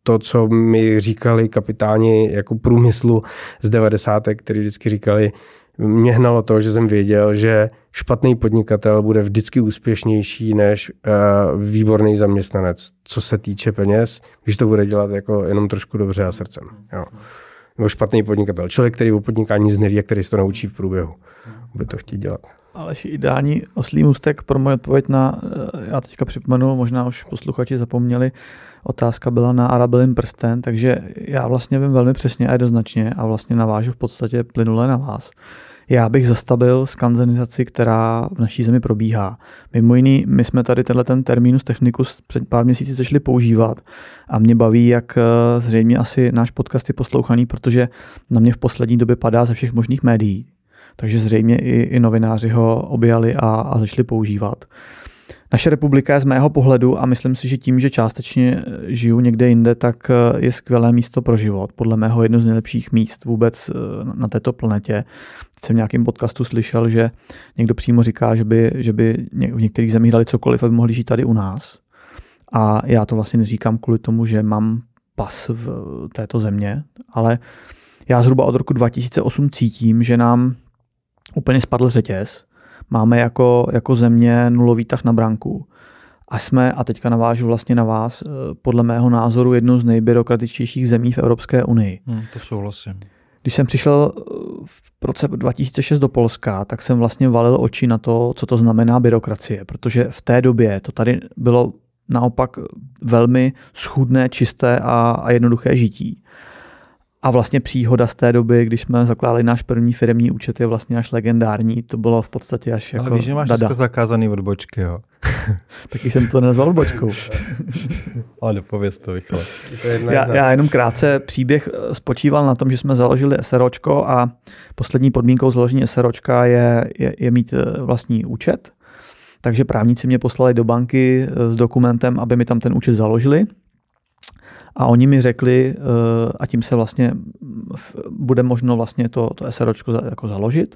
to, co mi říkali kapitáni jako průmyslu z devadesátek, kteří vždycky říkali, mě hnalo to, že jsem věděl, že špatný podnikatel bude vždycky úspěšnější než uh, výborný zaměstnanec, co se týče peněz, když to bude dělat jako jenom trošku dobře a srdcem. Jo. Nebo špatný podnikatel. Člověk, který o podnikání nic neví a který se to naučí v průběhu. Bude to chtít dělat. Aleš, ideální oslý můstek pro moje odpověď na, já teďka připomenu, možná už posluchači zapomněli, otázka byla na Arabelin prsten, takže já vlastně vím velmi přesně a jednoznačně a vlastně navážu v podstatě plynule na vás. Já bych zastavil skanzenizaci, která v naší zemi probíhá. Mimo jiný, my jsme tady tenhle ten terminus technicus před pár měsíci začali používat a mě baví, jak zřejmě asi náš podcast je poslouchaný, protože na mě v poslední době padá ze všech možných médií. Takže zřejmě i, i novináři ho objali a, a začali používat. Naše republika je z mého pohledu a myslím si, že tím, že částečně žiju někde jinde, tak je skvělé místo pro život. Podle mého jedno z nejlepších míst vůbec na této planetě. Teď jsem v nějakém podcastu slyšel, že někdo přímo říká, že by, že by v některých zemích dali cokoliv, aby mohli žít tady u nás. A já to vlastně neříkám kvůli tomu, že mám pas v této země, ale já zhruba od roku dva tisíce osm cítím, že nám úplně spadl řetěz. Máme jako, jako země nulový tah na branku. A jsme, a teďka navážu vlastně na vás, podle mého názoru jednou z nejbyrokratičtějších zemí v Evropské unii. Hmm, to souhlasím. Když jsem přišel v roce dva tisíce šest do Polska, tak jsem vlastně valil oči na to, co to znamená byrokracie, protože v té době to tady bylo naopak velmi schůdné, čisté a, a jednoduché žití. A vlastně příhoda z té doby, když jsme zakládali náš první firemní účet, je vlastně až legendární. To bylo v podstatě až jako Ale víš, že máš dneska zakázaný odbočky, jo? Taky jsem to nazval odbočkou. Ale nepověz to, Michale. Já, já jenom krátce, příběh spočíval na tom, že jsme založili SROčko a poslední podmínkou založení SROčka je, je, je mít vlastní účet. Takže právníci mě poslali do banky s dokumentem, aby mi tam ten účet založili. A oni mi řekli, a tím se vlastně bude možno vlastně to, to SROčko jako založit.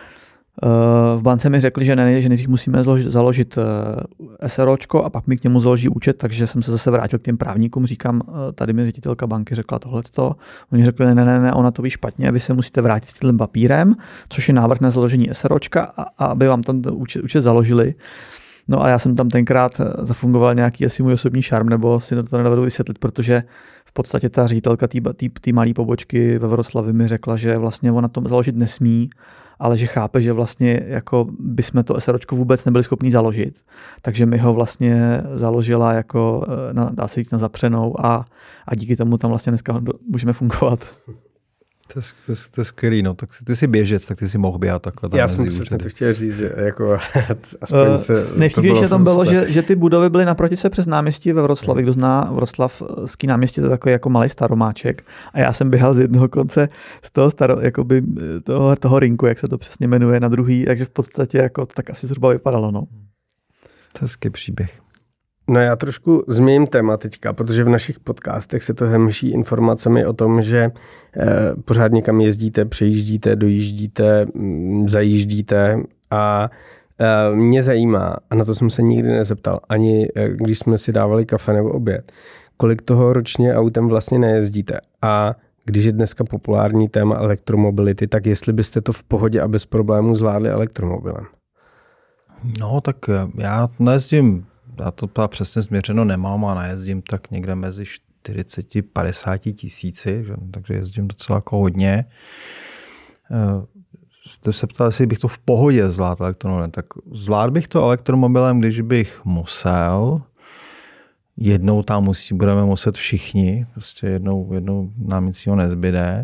V bance mi řekli, že ne, že nejdřív musíme založit, založit SROčko a pak mi k němu založí účet, takže jsem se zase vrátil k těm právníkům, říkám, tady mi ředitelka banky řekla tohleto. Oni řekli, ne, ne, ne, ona to ví špatně, vy se musíte vrátit s tím papírem, což je návrh na založení SROčka a, a aby vám tam ten účet, účet založili. No a já jsem tam tenkrát zafungoval nějaký asi můj osobní šarm, nebo si to nedovedu vysvětlit, protože v podstatě ta ředitelka té malé pobočky ve Vroclavi mi řekla, že vlastně ona to založit nesmí, ale že chápe, že vlastně jako bychom to SROčko vůbec nebyli schopni založit. Takže mi ho vlastně založila jako, na, dá se říct, na zapřenou a, a díky tomu tam vlastně dneska můžeme fungovat. To je, to, je, to je skvělý, no. Tak ty jsi běžec, tak ty si mohl běhat takhle. Já jsem přesně to chtěl říct, že jako aspoň uh, se nejvtipnější tam bylo, že, že ty budovy byly naproti se přes náměstí ve Vroclavi. Kdo zná Vroclavský náměstí, to je takový jako malý staromáček. A já jsem běhal z jednoho konce z toho, staro, jakoby, toho, toho rinku, jak se to přesně jmenuje, na druhý, takže v podstatě jako to tak asi zhruba vypadalo. No. To je hezký příběh. No já trošku změním téma teďka, protože v našich podcastech se to hemší informacemi o tom, že eh, pořád někam jezdíte, přejíždíte, dojíždíte, m, zajíždíte a eh, mě zajímá, a na to jsem se nikdy nezeptal, ani eh, když jsme si dávali kafe nebo oběd, kolik toho ročně autem vlastně nejezdíte. A když je dneska populární téma elektromobility, tak jestli byste to v pohodě a bez problémů zvládli elektromobilem? No tak já nejezdím, já to přesně změřeno nemám a najezdím tak někde mezi čtyřicet až padesát tisíci, takže jezdím docela jako hodně. Jste se ptali, jestli bych to v pohodě zvládl elektromobilem. Tak zvládl bych to elektromobilem, když bych musel. Jednou tam musí, budeme muset všichni, prostě jednou, jednou nám nic jiného nezbyde.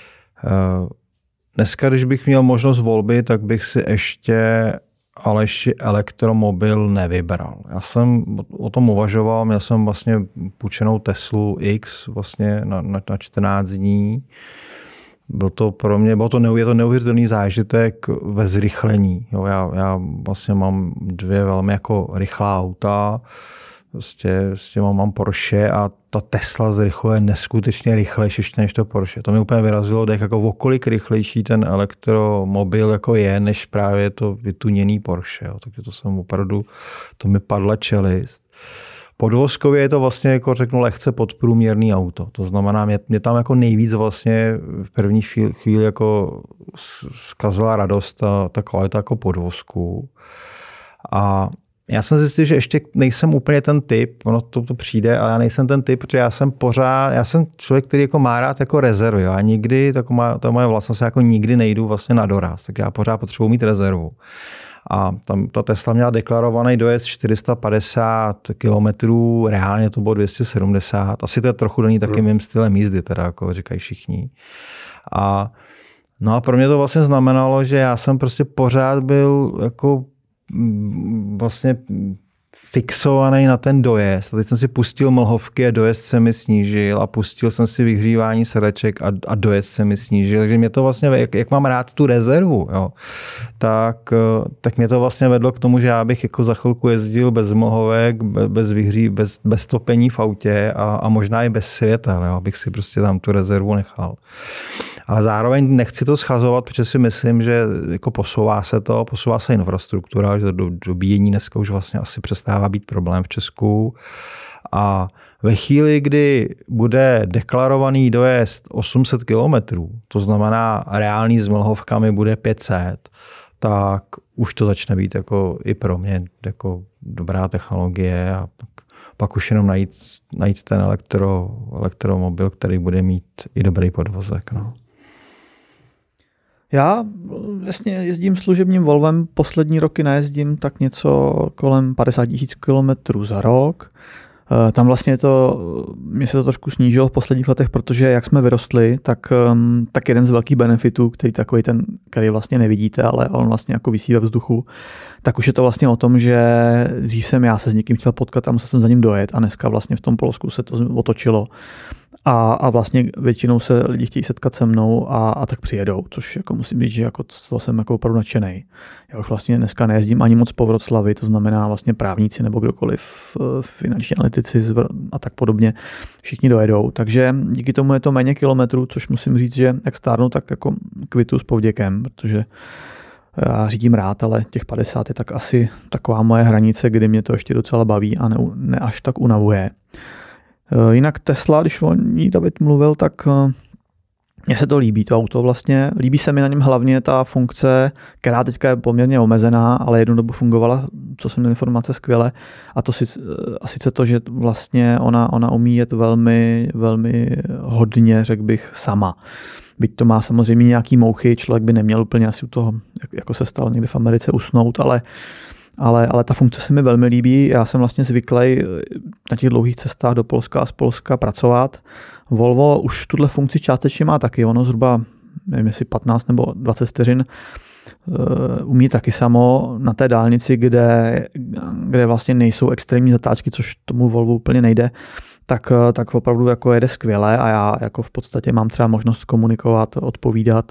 Dneska, když bych měl možnost volby, tak bych si ještě Aleši elektromobil nevybral. Já jsem o tom uvažoval, měl jsem vlastně půjčenou Teslu X vlastně na, na, na čtrnáct dní. Byl to pro mě, bylo to, neu, je to neuvěřitelný zážitek ve zrychlení. Jo, já, já vlastně mám dvě velmi jako rychlá auta, prostě, prostě mám, mám Porsche a ta Tesla zrychluje neskutečně rychlejší ještě než to Porsche. To mi úplně vyrazilo dech, jako okolik rychlejší ten elektromobil jako je, než právě to vytuněný Porsche. Jo. Takže to jsem opravdu, to mi padla čelist. podvozkově je to vlastně, jako řeknu, lehce podprůměrný auto. To znamená, mě, mě tam jako nejvíc vlastně v první chvíli, chvíli jako zkazila radost ta, ta kvalita jako podvozku. A já jsem zjistil, že ještě nejsem úplně ten typ, ono to, to přijde, ale já nejsem ten typ, protože já jsem pořád, já jsem člověk, který jako má rád jako rezervy. A nikdy, tak má, ta moje vlastnost, jako nikdy nejdu vlastně na doraz, tak já pořád potřebuji mít rezervu. A tam ta Tesla měla deklarovaný dojezd čtyři sta padesát kilometrů, reálně to bylo dvě stě sedmdesát. Asi to je trochu daný taky mým stylem jízdy, teda jako říkají všichni. A no a pro mě to vlastně znamenalo, že já jsem prostě pořád byl jako vlastně fixovaný na ten dojezd. A teď jsem si pustil mlhovky a dojezd se mi snížil a pustil jsem si vyhřívání sedaček a, a dojezd se mi snížil. Takže mě to vlastně, jak, jak mám rád tu rezervu, jo, tak, tak mě to vlastně vedlo k tomu, že já bych jako za chvilku jezdil bez mlhovek, bez vyhří, bez, bez topení v autě a, a možná i bez světel, jo, abych si prostě tam tu rezervu nechal. Ale zároveň nechci to schazovat, protože si myslím, že jako posouvá se to, posouvá se infrastruktura, že do dobíjení dneska už vlastně asi přestává být problém v Česku. A ve chvíli, kdy bude deklarovaný dojezd osm set kilometrů, to znamená reálný s mlhovkami bude pět set, tak už to začne být jako i pro mě jako dobrá technologie a pak, pak už jenom najít, najít ten elektro, elektromobil, který bude mít i dobrý podvozek. No. Já vlastně jezdím služebním Volvem, poslední roky najezdím tak něco kolem padesát tisíc kilometrů za rok. Tam vlastně to, mě se to trošku snížilo v posledních letech, protože jak jsme vyrostli, tak, tak jeden z velkých benefitů, který takový ten, který vlastně nevidíte, ale on vlastně jako visí ve vzduchu, tak už je to vlastně o tom, že dřív jsem já se s někým chtěl potkat a musel jsem za ním dojet a dneska vlastně v tom Polsku se to otočilo. A, a vlastně většinou se lidi chtějí setkat se mnou a, a tak přijedou, což jako musím říct, že jako to jsem jako opravdu nadšenej. Já už vlastně dneska nejezdím ani moc po Vroclavi, to znamená vlastně právníci nebo kdokoliv, finanční analytici a tak podobně, všichni dojedou. Takže díky tomu je to méně kilometrů, což musím říct, že jak stárnu, tak jako kvitu s povděkem, protože já řídím rád, ale těch padesát je tak asi taková moje hranice, kdy mě to ještě docela baví a ne, ne až tak unavuje. Jinak Tesla, když o ní David mluvil, tak mně se to líbí, to auto vlastně. Líbí se mi na něm hlavně ta funkce, která teďka je poměrně omezená, ale jednu dobu fungovala, co jsem měl informace, skvěle. A to sice, a sice to, že vlastně ona, ona umí jet velmi, velmi hodně, řekl bych, sama. Byť to má samozřejmě nějaký mouchy, člověk by neměl úplně asi u toho, jako se stalo někde v Americe, usnout, ale Ale, ale ta funkce se mi velmi líbí. Já jsem vlastně zvyklý na těch dlouhých cestách do Polska a z Polska pracovat. Volvo už tuhle funkci částečně má taky. Ono zhruba, nevím jestli patnáct nebo dvacet vteřin umí taky samo na té dálnici, kde, kde vlastně nejsou extrémní zatáčky, což tomu Volvo úplně nejde, tak, tak opravdu jako jede skvěle a já jako v podstatě mám třeba možnost komunikovat, odpovídat.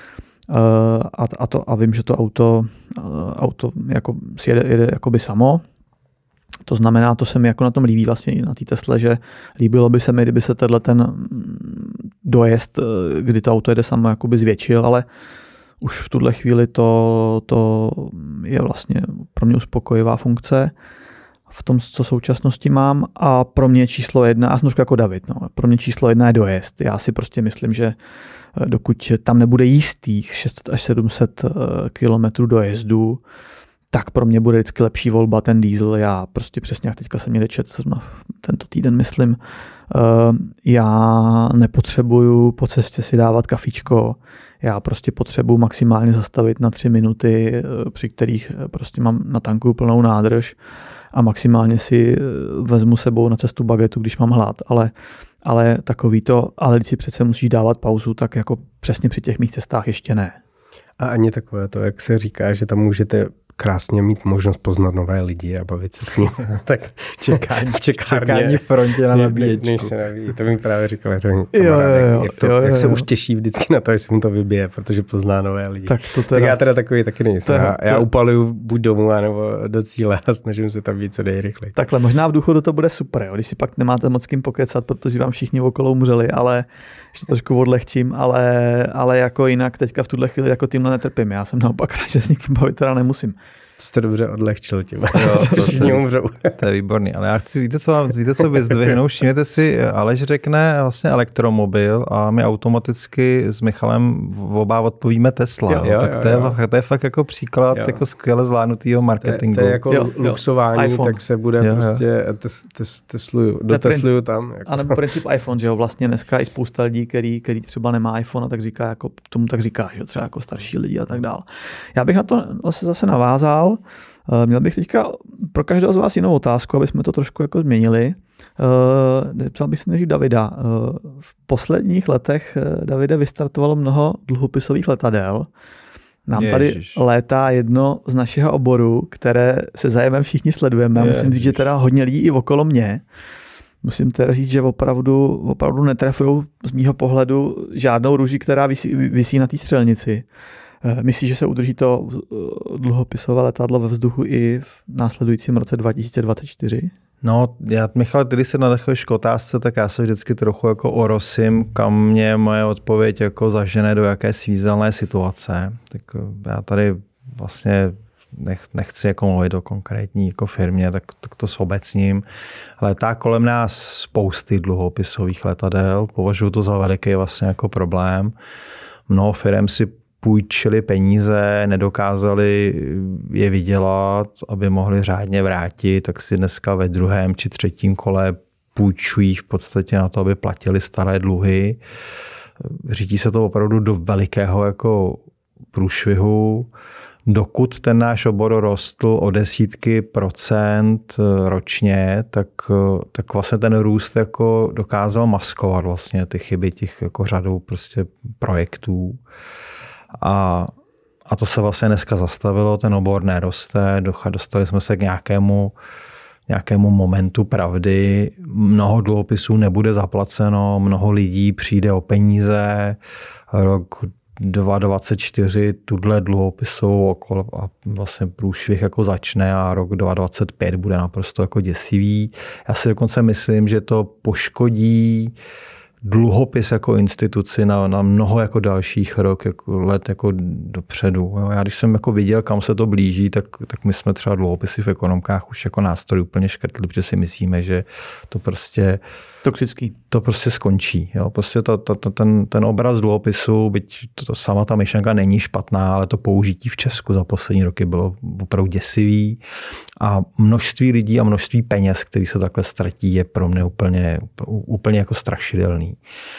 A, a, to, a vím, že to auto, auto jako si jede, jede jakoby samo. To znamená, to se mi jako na tom líbí vlastně na té Tesle, že líbilo by se mi, kdyby se tenhle ten dojezd, kdy to auto jede samo, jakoby zvětšil, ale už v tuhle chvíli to, to je vlastně pro mě uspokojivá funkce v tom, co současnosti mám, a pro mě číslo jedna, a jsem trošku jako David, no, pro mě číslo jedna je dojezd. Já si prostě myslím, že dokud tam nebude jistých šest set až sedm set kilometrů dojezdu, tak pro mě bude vždycky lepší volba ten diesel. Já prostě přesně, jak teďka jsem někde četl, tento týden myslím, já nepotřebuju po cestě si dávat kafičko, já prostě potřebuju maximálně zastavit na tři minuty, při kterých prostě mám natankuju plnou nádrž a maximálně si vezmu sebou na cestu bagetu, když mám hlad, ale ale takový to, ale když si přece musíš dávat pauzu, tak jako přesně při těch mých cestách ještě ne. A ani takové to, jak se říká, že tam můžete krásně mít možnost poznat nové lidi a bavit se s nimi. Tak čekání v čekárně. Čekání v frontě na nabíječku. Než se nabíjí. To mi právě říkal kamarád, jo, jo, jo, jak, to, jo, jo, jak se jo. už těší vždycky na to, že se mu to vybije, protože pozná nové lidi. Tak, to teda, tak já teda takový taky nejsem. Teda, já, já upaluju buď domů, nebo do cíle a snažím se tam být co nejrychleji. Takhle, možná v důchodu to bude super, jo, když si pak nemáte moc kým pokecat, protože vám všichni okolo umřeli, ale ještě trošku odlehčím, ale, ale jako jinak teďka v tuhle chvíli jako tímhle netrpím. Já jsem naopak rád, že s nikým bavit teda nemusím. jste dobře odlehčil tím. Jo, to, všichni to, umřou. To je výborný, ale já chci, víte, co vám, víte, co vyzdvihnou? Všimněte si, Aleš řekne vlastně elektromobil a my automaticky s Michalem oba odpovíme Tesla. Jo, jo, tak jo, to, je, jo. to je fakt jako příklad jo. jako skvěle zvládnutýho marketingu. To je, to je jako jo, luxování, iPhone. tak se bude jo, prostě tes, tes, tesluju, dotesluju tam. Jako. A nebo princip iPhone, že jo, vlastně dneska i spousta lidí, který, který třeba nemá iPhone, tak říká, jako tomu tak říká, že jo, třeba jako starší lidi a tak dál. Já bych na to zase, zase navázal. Měl bych teďka pro každého z vás jinou otázku, aby jsme to trošku jako změnili. Ptal bych se nejdřív Davida. V posledních letech, Davide, vystartovalo mnoho dluhopisových letadel. Nám Ježiš. Tady létá jedno z našeho oboru, které se zájemem všichni sledujeme. Ježiš. Musím říct, že teda hodně lidí i okolo mě. Musím teda říct, že opravdu, opravdu netrefují z mýho pohledu žádnou růži, která visí, visí na té střelnici. Myslíš, že se udrží to dluhopisové letadlo ve vzduchu i v následujícím roce dva tisíce dvacet čtyři? No, já, Michal, když se nadechuješ k otázce, tak já se vždycky trochu jako orosím, kam mě moje odpověď jako zažene do jaké svízelné situace. Tak já tady vlastně nech, nechci jako mluvit o konkrétní jako firmě, tak, tak to sobecním. Letá kolem nás spousty dluhopisových letadel, považuji to za veliký vlastně jako problém. Mnoho firm si půjčili peníze, nedokázali je vydělat, aby mohli řádně vrátit, tak si dneska ve druhém či třetím kole půjčují v podstatě na to, aby platili staré dluhy. Řídí se to opravdu do velikého jako průšvihu. Dokud ten náš obor rostl o desítky procent ročně, tak, tak vlastně ten růst jako dokázal maskovat vlastně ty chyby těch jako řadou prostě projektů. A, a to se vlastně dneska zastavilo, ten obor neroste, dostali jsme se k nějakému, nějakému momentu pravdy, mnoho dluhopisů nebude zaplaceno, mnoho lidí přijde o peníze, rok dva tisíce dvacet čtyři tuhle dluhopisovou okolo a vlastně průšvih jako začne a rok dva tisíce dvacet pět bude naprosto jako děsivý. Já si dokonce myslím, že to poškodí dluhopis jako instituci na, na mnoho jako dalších rok, jako let jako dopředu. Jo, já když jsem jako viděl, kam se to blíží, tak, tak my jsme třeba dluhopisy v ekonomkách už jako nástroj úplně škrtli, protože si myslíme, že to prostě toxický. To prostě skončí. Jo. Prostě to, to, to, ten, ten obraz dluhopisu, byť to, to sama ta myšlenka není špatná, ale to použití v Česku za poslední roky bylo opravdu děsivý a množství lidí a množství peněz, který se takhle ztratí, je pro mě úplně, úplně jako strašidelný.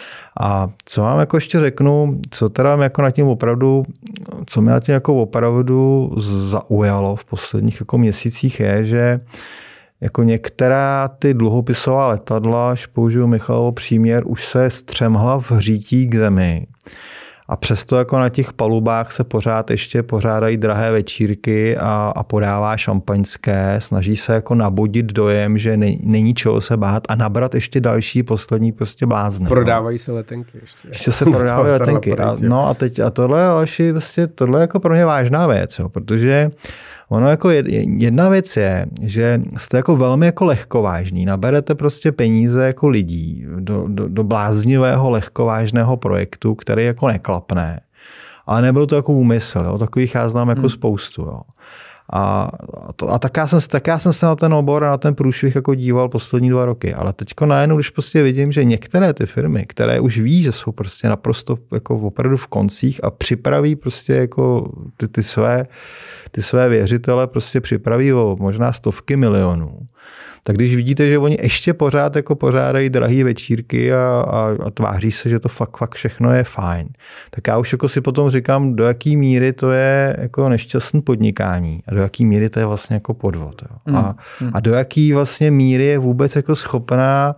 A co vám jako ještě řeknu, co teda jako na tím opravdu, co mě na tím jako opravdu zaujalo v posledních jako měsících je, že jako některá ty dluhopisová letadla, až použiju Michalovo příměr, už se střemhla v hřítí k zemi. A přesto jako na těch palubách se pořád ještě pořádají drahé večírky a, a podává šampaňské. Snaží se jako nabodit dojem, že ne, není čeho se bát a nabrat ještě další poslední prostě blázny. Prodávají se letenky ještě. Ještě se prodávají letenky. A, no a teď a tohle, Aleši, vlastně tohle je jako pro mě vážná věc, jo, protože ono jako jedna věc je, že jste jako velmi jako lehkovážní. Naberete prostě peníze jako lidí do, do, do bláznivého lehkovážného projektu, který jako neklapne. Ale nebyl to jako úmysl. Jo? Takových já znám jako hmm. spoustu. Jo? A, to, a tak, já jsem, tak já jsem se na ten obor a na ten průšvih jako díval poslední dva roky. Ale teďko najednou, když prostě vidím, že některé ty firmy, které už ví, že jsou prostě naprosto jako opravdu v koncích a připraví prostě jako ty, ty své ty své věřitele prostě připraví o možná stovky milionů. Tak když vidíte, že oni ještě pořád jako pořádají drahé večírky a, a, a tváří se, že to fakt, fakt všechno je fajn, tak já už jako si potom říkám, do jaký míry to je jako nešťastné podnikání a do jaký míry to je vlastně jako podvod. Jo. A, mm. a do jaký vlastně míry je vůbec jako schopná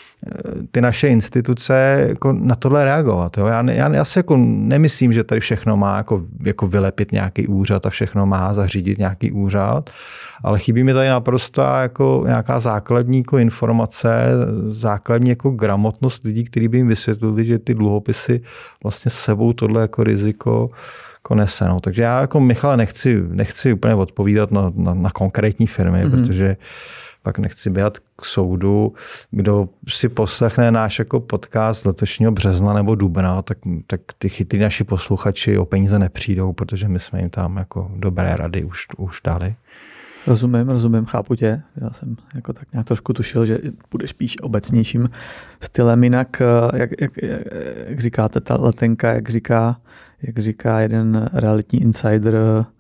ty naše instituce jako na tohle reagovat. Jo? Já, já, já si jako nemyslím, že tady všechno má jako, jako vylepit nějaký úřad a všechno má zařídit nějaký úřad, ale chybí mi tady naprosto jako nějaká základní jako informace, základní jako gramotnost lidí, kteří by jim vysvětlili, že ty dluhopisy vlastně s sebou tohle jako riziko jako nese. No. Takže já jako Michale nechci, nechci úplně odpovídat na, na, na konkrétní firmy, mm-hmm. protože pak nechci běhat k soudu. Kdo si poslechne náš jako podcast letošního března nebo dubna, tak, tak ty chytrý naši posluchači o peníze nepřijdou, protože my jsme jim tam jako dobré rady už, už dali. Rozumím, rozumím, chápu tě. Já jsem jako tak nějak trošku tušil, že budeš spíš obecnějším stylem. Jinak, jak, jak, jak říkáte, ta letenka, jak říká, jak říká jeden realitní insider,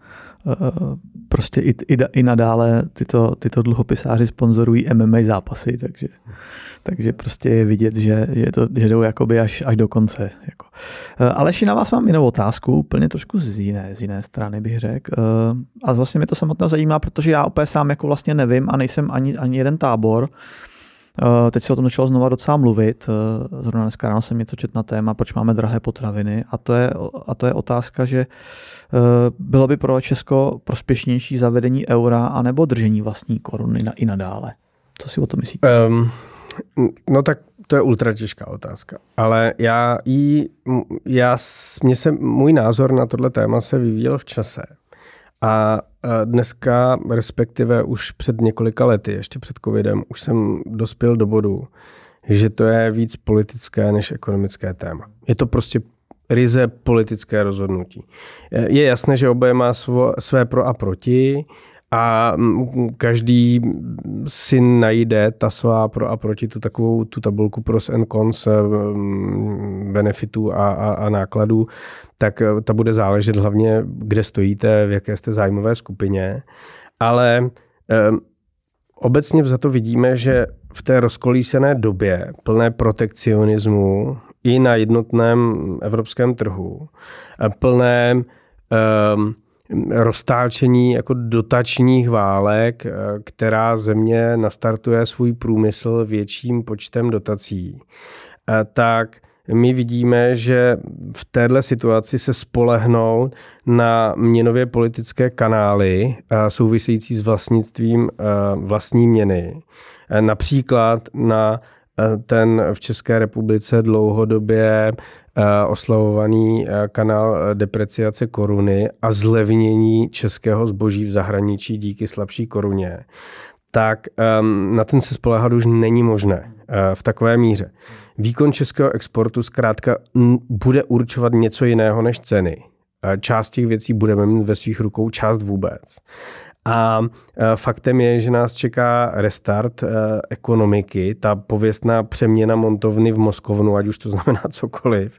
prostě i, i, i nadále tyto, tyto dluhopisáři sponzorují M M A zápasy, takže, takže prostě je vidět, že, že, to, že jdou jakoby až, až do konce. Jako. Aleši, na vás mám jinou otázku, úplně trošku z jiné, z jiné strany bych řekl. A vlastně mě to samotného zajímá, protože já opět sám jako vlastně nevím a nejsem ani, ani jeden tábor. Teď se o tom začalo znova docela mluvit. Zrovna dneska ráno jsem něco četl na téma, proč máme drahé potraviny. A to je, a to je otázka, že bylo by pro Česko prospěšnější zavedení eura anebo držení vlastní koruny na, i nadále. Co si o tom myslíte? Um, no tak to je ultra těžká otázka. Ale já, jí, já mě se, můj názor na tohle téma se vyvíjel v čase. A dneska, respektive už před několika lety, ještě před covidem, už jsem dospěl do bodu, že to je víc politické než ekonomické téma. Je to prostě ryze politické rozhodnutí. Je jasné, že oboje má svo, své pro a proti a každý si najde ta svá pro a proti, tu takovou tu tabulku pros and cons, benefitů a, a, a nákladů, tak ta bude záležet hlavně, kde stojíte, v jaké jste zájmové skupině. Ale eh, obecně za to vidíme, že v té rozkolísené době plné protekcionismu i na jednotném evropském trhu, plné eh, roztáčení jako dotačních válek, která země nastartuje svůj průmysl větším počtem dotací, tak my vidíme, že v téhle situaci se spolehnout na měnově politické kanály související s vlastnictvím vlastní měny. Například na ten v České republice dlouhodobě oslavovaný kanál depreciace koruny a zlevnění českého zboží v zahraničí díky slabší koruně, tak na ten se spoléhat už není možné v takové míře. Výkon českého exportu zkrátka bude určovat něco jiného než ceny. Část těch věcí budeme mít ve svých rukou, část vůbec. A faktem je, že nás čeká restart ekonomiky, ta pověstná přeměna montovny v Moskovnu, ať už to znamená cokoliv.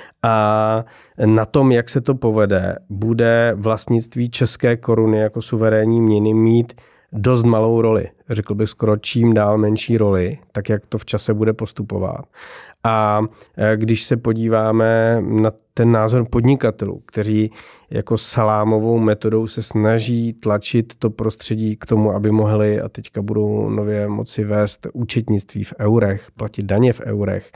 A na tom, jak se to povede, bude vlastnictví české koruny jako suverénní měny mít dost malou roli. Řekl bych skoro čím dál menší roli, tak jak to v čase bude postupovat. A když se podíváme na ten názor podnikatelů, kteří jako salámovou metodou se snaží tlačit to prostředí k tomu, aby mohli a teďka budou nově moci vést účetnictví v eurech, platit daně v eurech,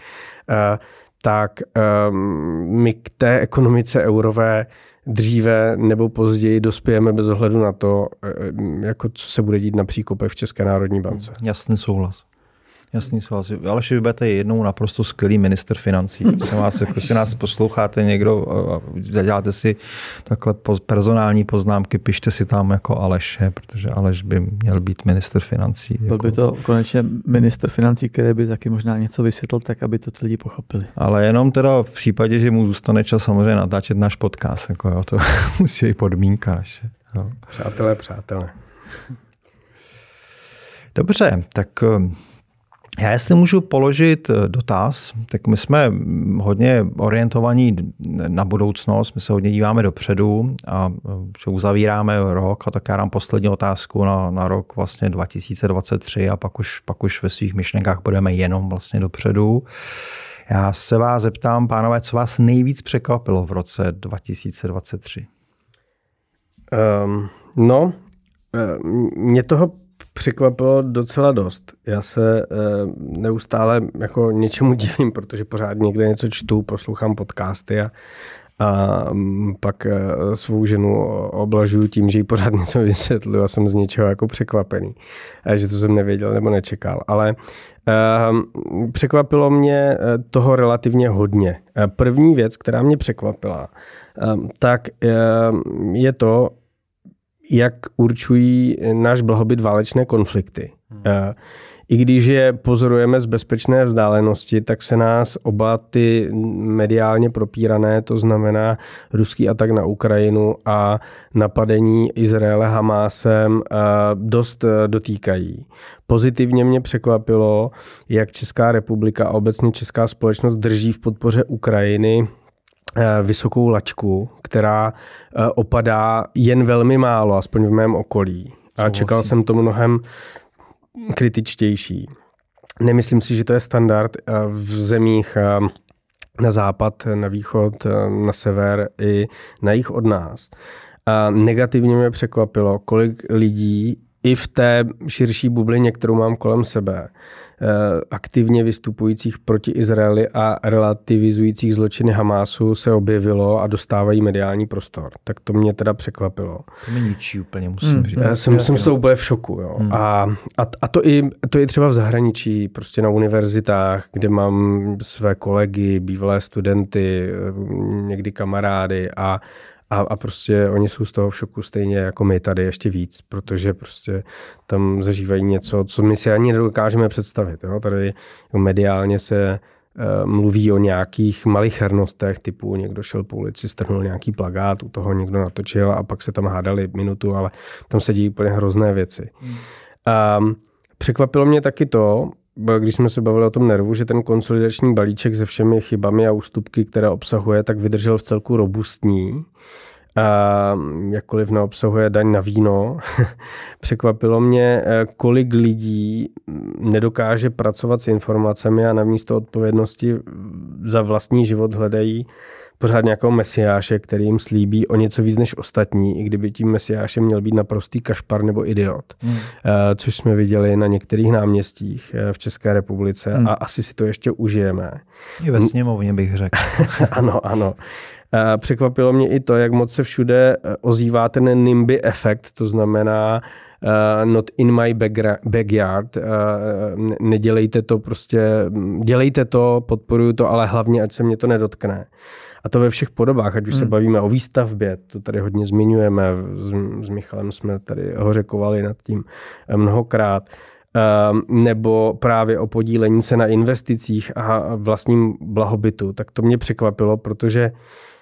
tak my k té ekonomice eurové dříve nebo později dospějeme bez ohledu na to, jako co se bude dít na příkopech v České národní bance. Jasný souhlas. Jasný souhlas. Aleši, vy budete jednou naprosto skvělý ministr financí. Prosím vás, jako si nás posloucháte někdo, děláte si takhle personální poznámky, pište si tam jako Aleše, protože Aleš by měl být ministr financí. Byl jako... by to konečně ministr financí, který by taky možná něco vysvětlil, tak aby to ty lidi pochopili. Ale jenom teda v případě, že mu zůstane čas samozřejmě natáčet náš podcast. Jako jo, to musí být podmínka naše. Jo. Přátelé, přátelé. Dobře, tak... Já jestli můžu položit dotaz, tak my jsme hodně orientovaní na budoucnost, my se hodně díváme dopředu a uzavíráme rok a tak já dám poslední otázku na, na rok vlastně dva tisíce dvacet tři a pak už, pak už ve svých myšlenkách budeme jenom vlastně dopředu. Já se vás zeptám, pánové, co vás nejvíc překvapilo v roce dva tisíce dvacet tři? Um, no, mě toho překvapilo docela dost. Já se e, neustále jako něčemu divím, protože pořád někde něco čtu, poslouchám podcasty a, a pak e, svou ženu oblažuju tím, že jí pořád něco vysvětluju a jsem z něčeho jako překvapený, a že to jsem nevěděl nebo nečekal. Ale e, překvapilo mě toho relativně hodně. První věc, která mě překvapila, e, tak e, je to, jak určují náš blahobyt válečné konflikty. Hmm. I když je pozorujeme z bezpečné vzdálenosti, tak se nás oba ty mediálně propírané, to znamená ruský atak na Ukrajinu a napadení Izraele Hamásem, dost dotýkají. Pozitivně mě překvapilo, jak Česká republika a obecně česká společnost drží v podpoře Ukrajiny vysokou laťku, která opadá jen velmi málo, aspoň v mém okolí. A čekal jsem to mnohem kritičtější. Nemyslím si, že to je standard v zemích na západ, na východ, na sever i na jih od nás. A negativně mě překvapilo, kolik lidí i v té širší bublině, kterou mám kolem sebe, aktivně vystupujících proti Izraeli a relativizujících zločiny Hamásu se objevilo a dostávají mediální prostor. Tak to mě teda překvapilo. To mě ničí úplně, musím hmm. říct. Já jsem, jsem s tou úplně v šoku. Jo. Hmm. A, a, a to, i, to i třeba v zahraničí, prostě na univerzitách, kde mám své kolegy, bývalé studenty, někdy kamarády a A, a prostě oni jsou z toho v šoku stejně jako my tady ještě víc, protože prostě tam zažívají něco, co my si ani nedokážeme představit. Jo? Tady mediálně se uh, mluví o nějakých malichernostech, typu někdo šel po ulici, strhnul nějaký plakát, u toho někdo natočil a pak se tam hádali minutu, ale tam se dějí úplně hrozné věci. Hmm. Um, překvapilo mě taky to, když jsme se bavili o tom nervu, že ten konsolidační balíček se všemi chybami a ústupky, které obsahuje, tak vydržel v celku robustní. A jakkoliv neobsahuje daň na víno, překvapilo mě, kolik lidí nedokáže pracovat s informacemi a namísto odpovědnosti za vlastní život hledají pořád nějakého mesiáše, který jim slíbí o něco víc než ostatní, i kdyby tím mesiášem měl být naprostý kašpar nebo idiot. Hmm. Což jsme viděli na některých náměstích v České republice hmm. a asi si to ještě užijeme. I ve sněmovně bych řekl. Ano, ano. Překvapilo mě i to, jak moc se všude ozývá ten NIMBY efekt, to znamená uh, not in my backyard, uh, nedělejte to prostě, dělejte to, podporuju to, ale hlavně, ať se mě to nedotkne. A to ve všech podobách, ať už hmm. se bavíme o výstavbě, to tady hodně zmiňujeme, s, s Michalem jsme tady hořekovali nad tím mnohokrát, uh, nebo právě o podílení se na investicích a vlastním blahobytu, tak to mě překvapilo, protože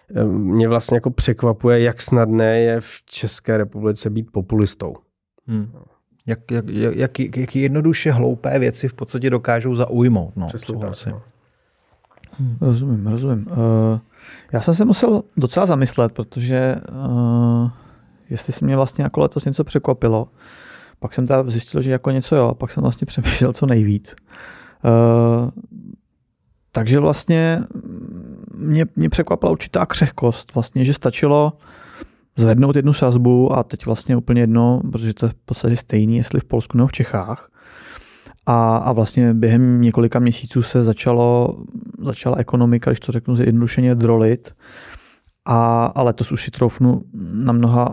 mě vlastně jako překvapuje, jak snadné je v České republice být populistou. Hmm. Jak, jak, jak, jak jednoduše hloupé věci v podstatě dokážou zaujmout. No, souhlasím. Hmm. Rozumím, rozumím. Uh, já jsem se musel docela zamyslet, protože uh, jestli se mě vlastně jako letos něco překvapilo, pak jsem teda zjistil, že jako něco jo, pak jsem vlastně přemýšlel co nejvíc. Uh, takže vlastně mě, mě překvapila určitá křehkost, vlastně, že stačilo zvednout jednu sazbu a teď vlastně úplně jedno, protože to je v podstatě stejný, jestli v Polsku nebo v Čechách. A, a vlastně během několika měsíců se začalo, začala ekonomika, když to řeknu zjednodušeně, drolit. A, a letos už si troufnu na mnoha,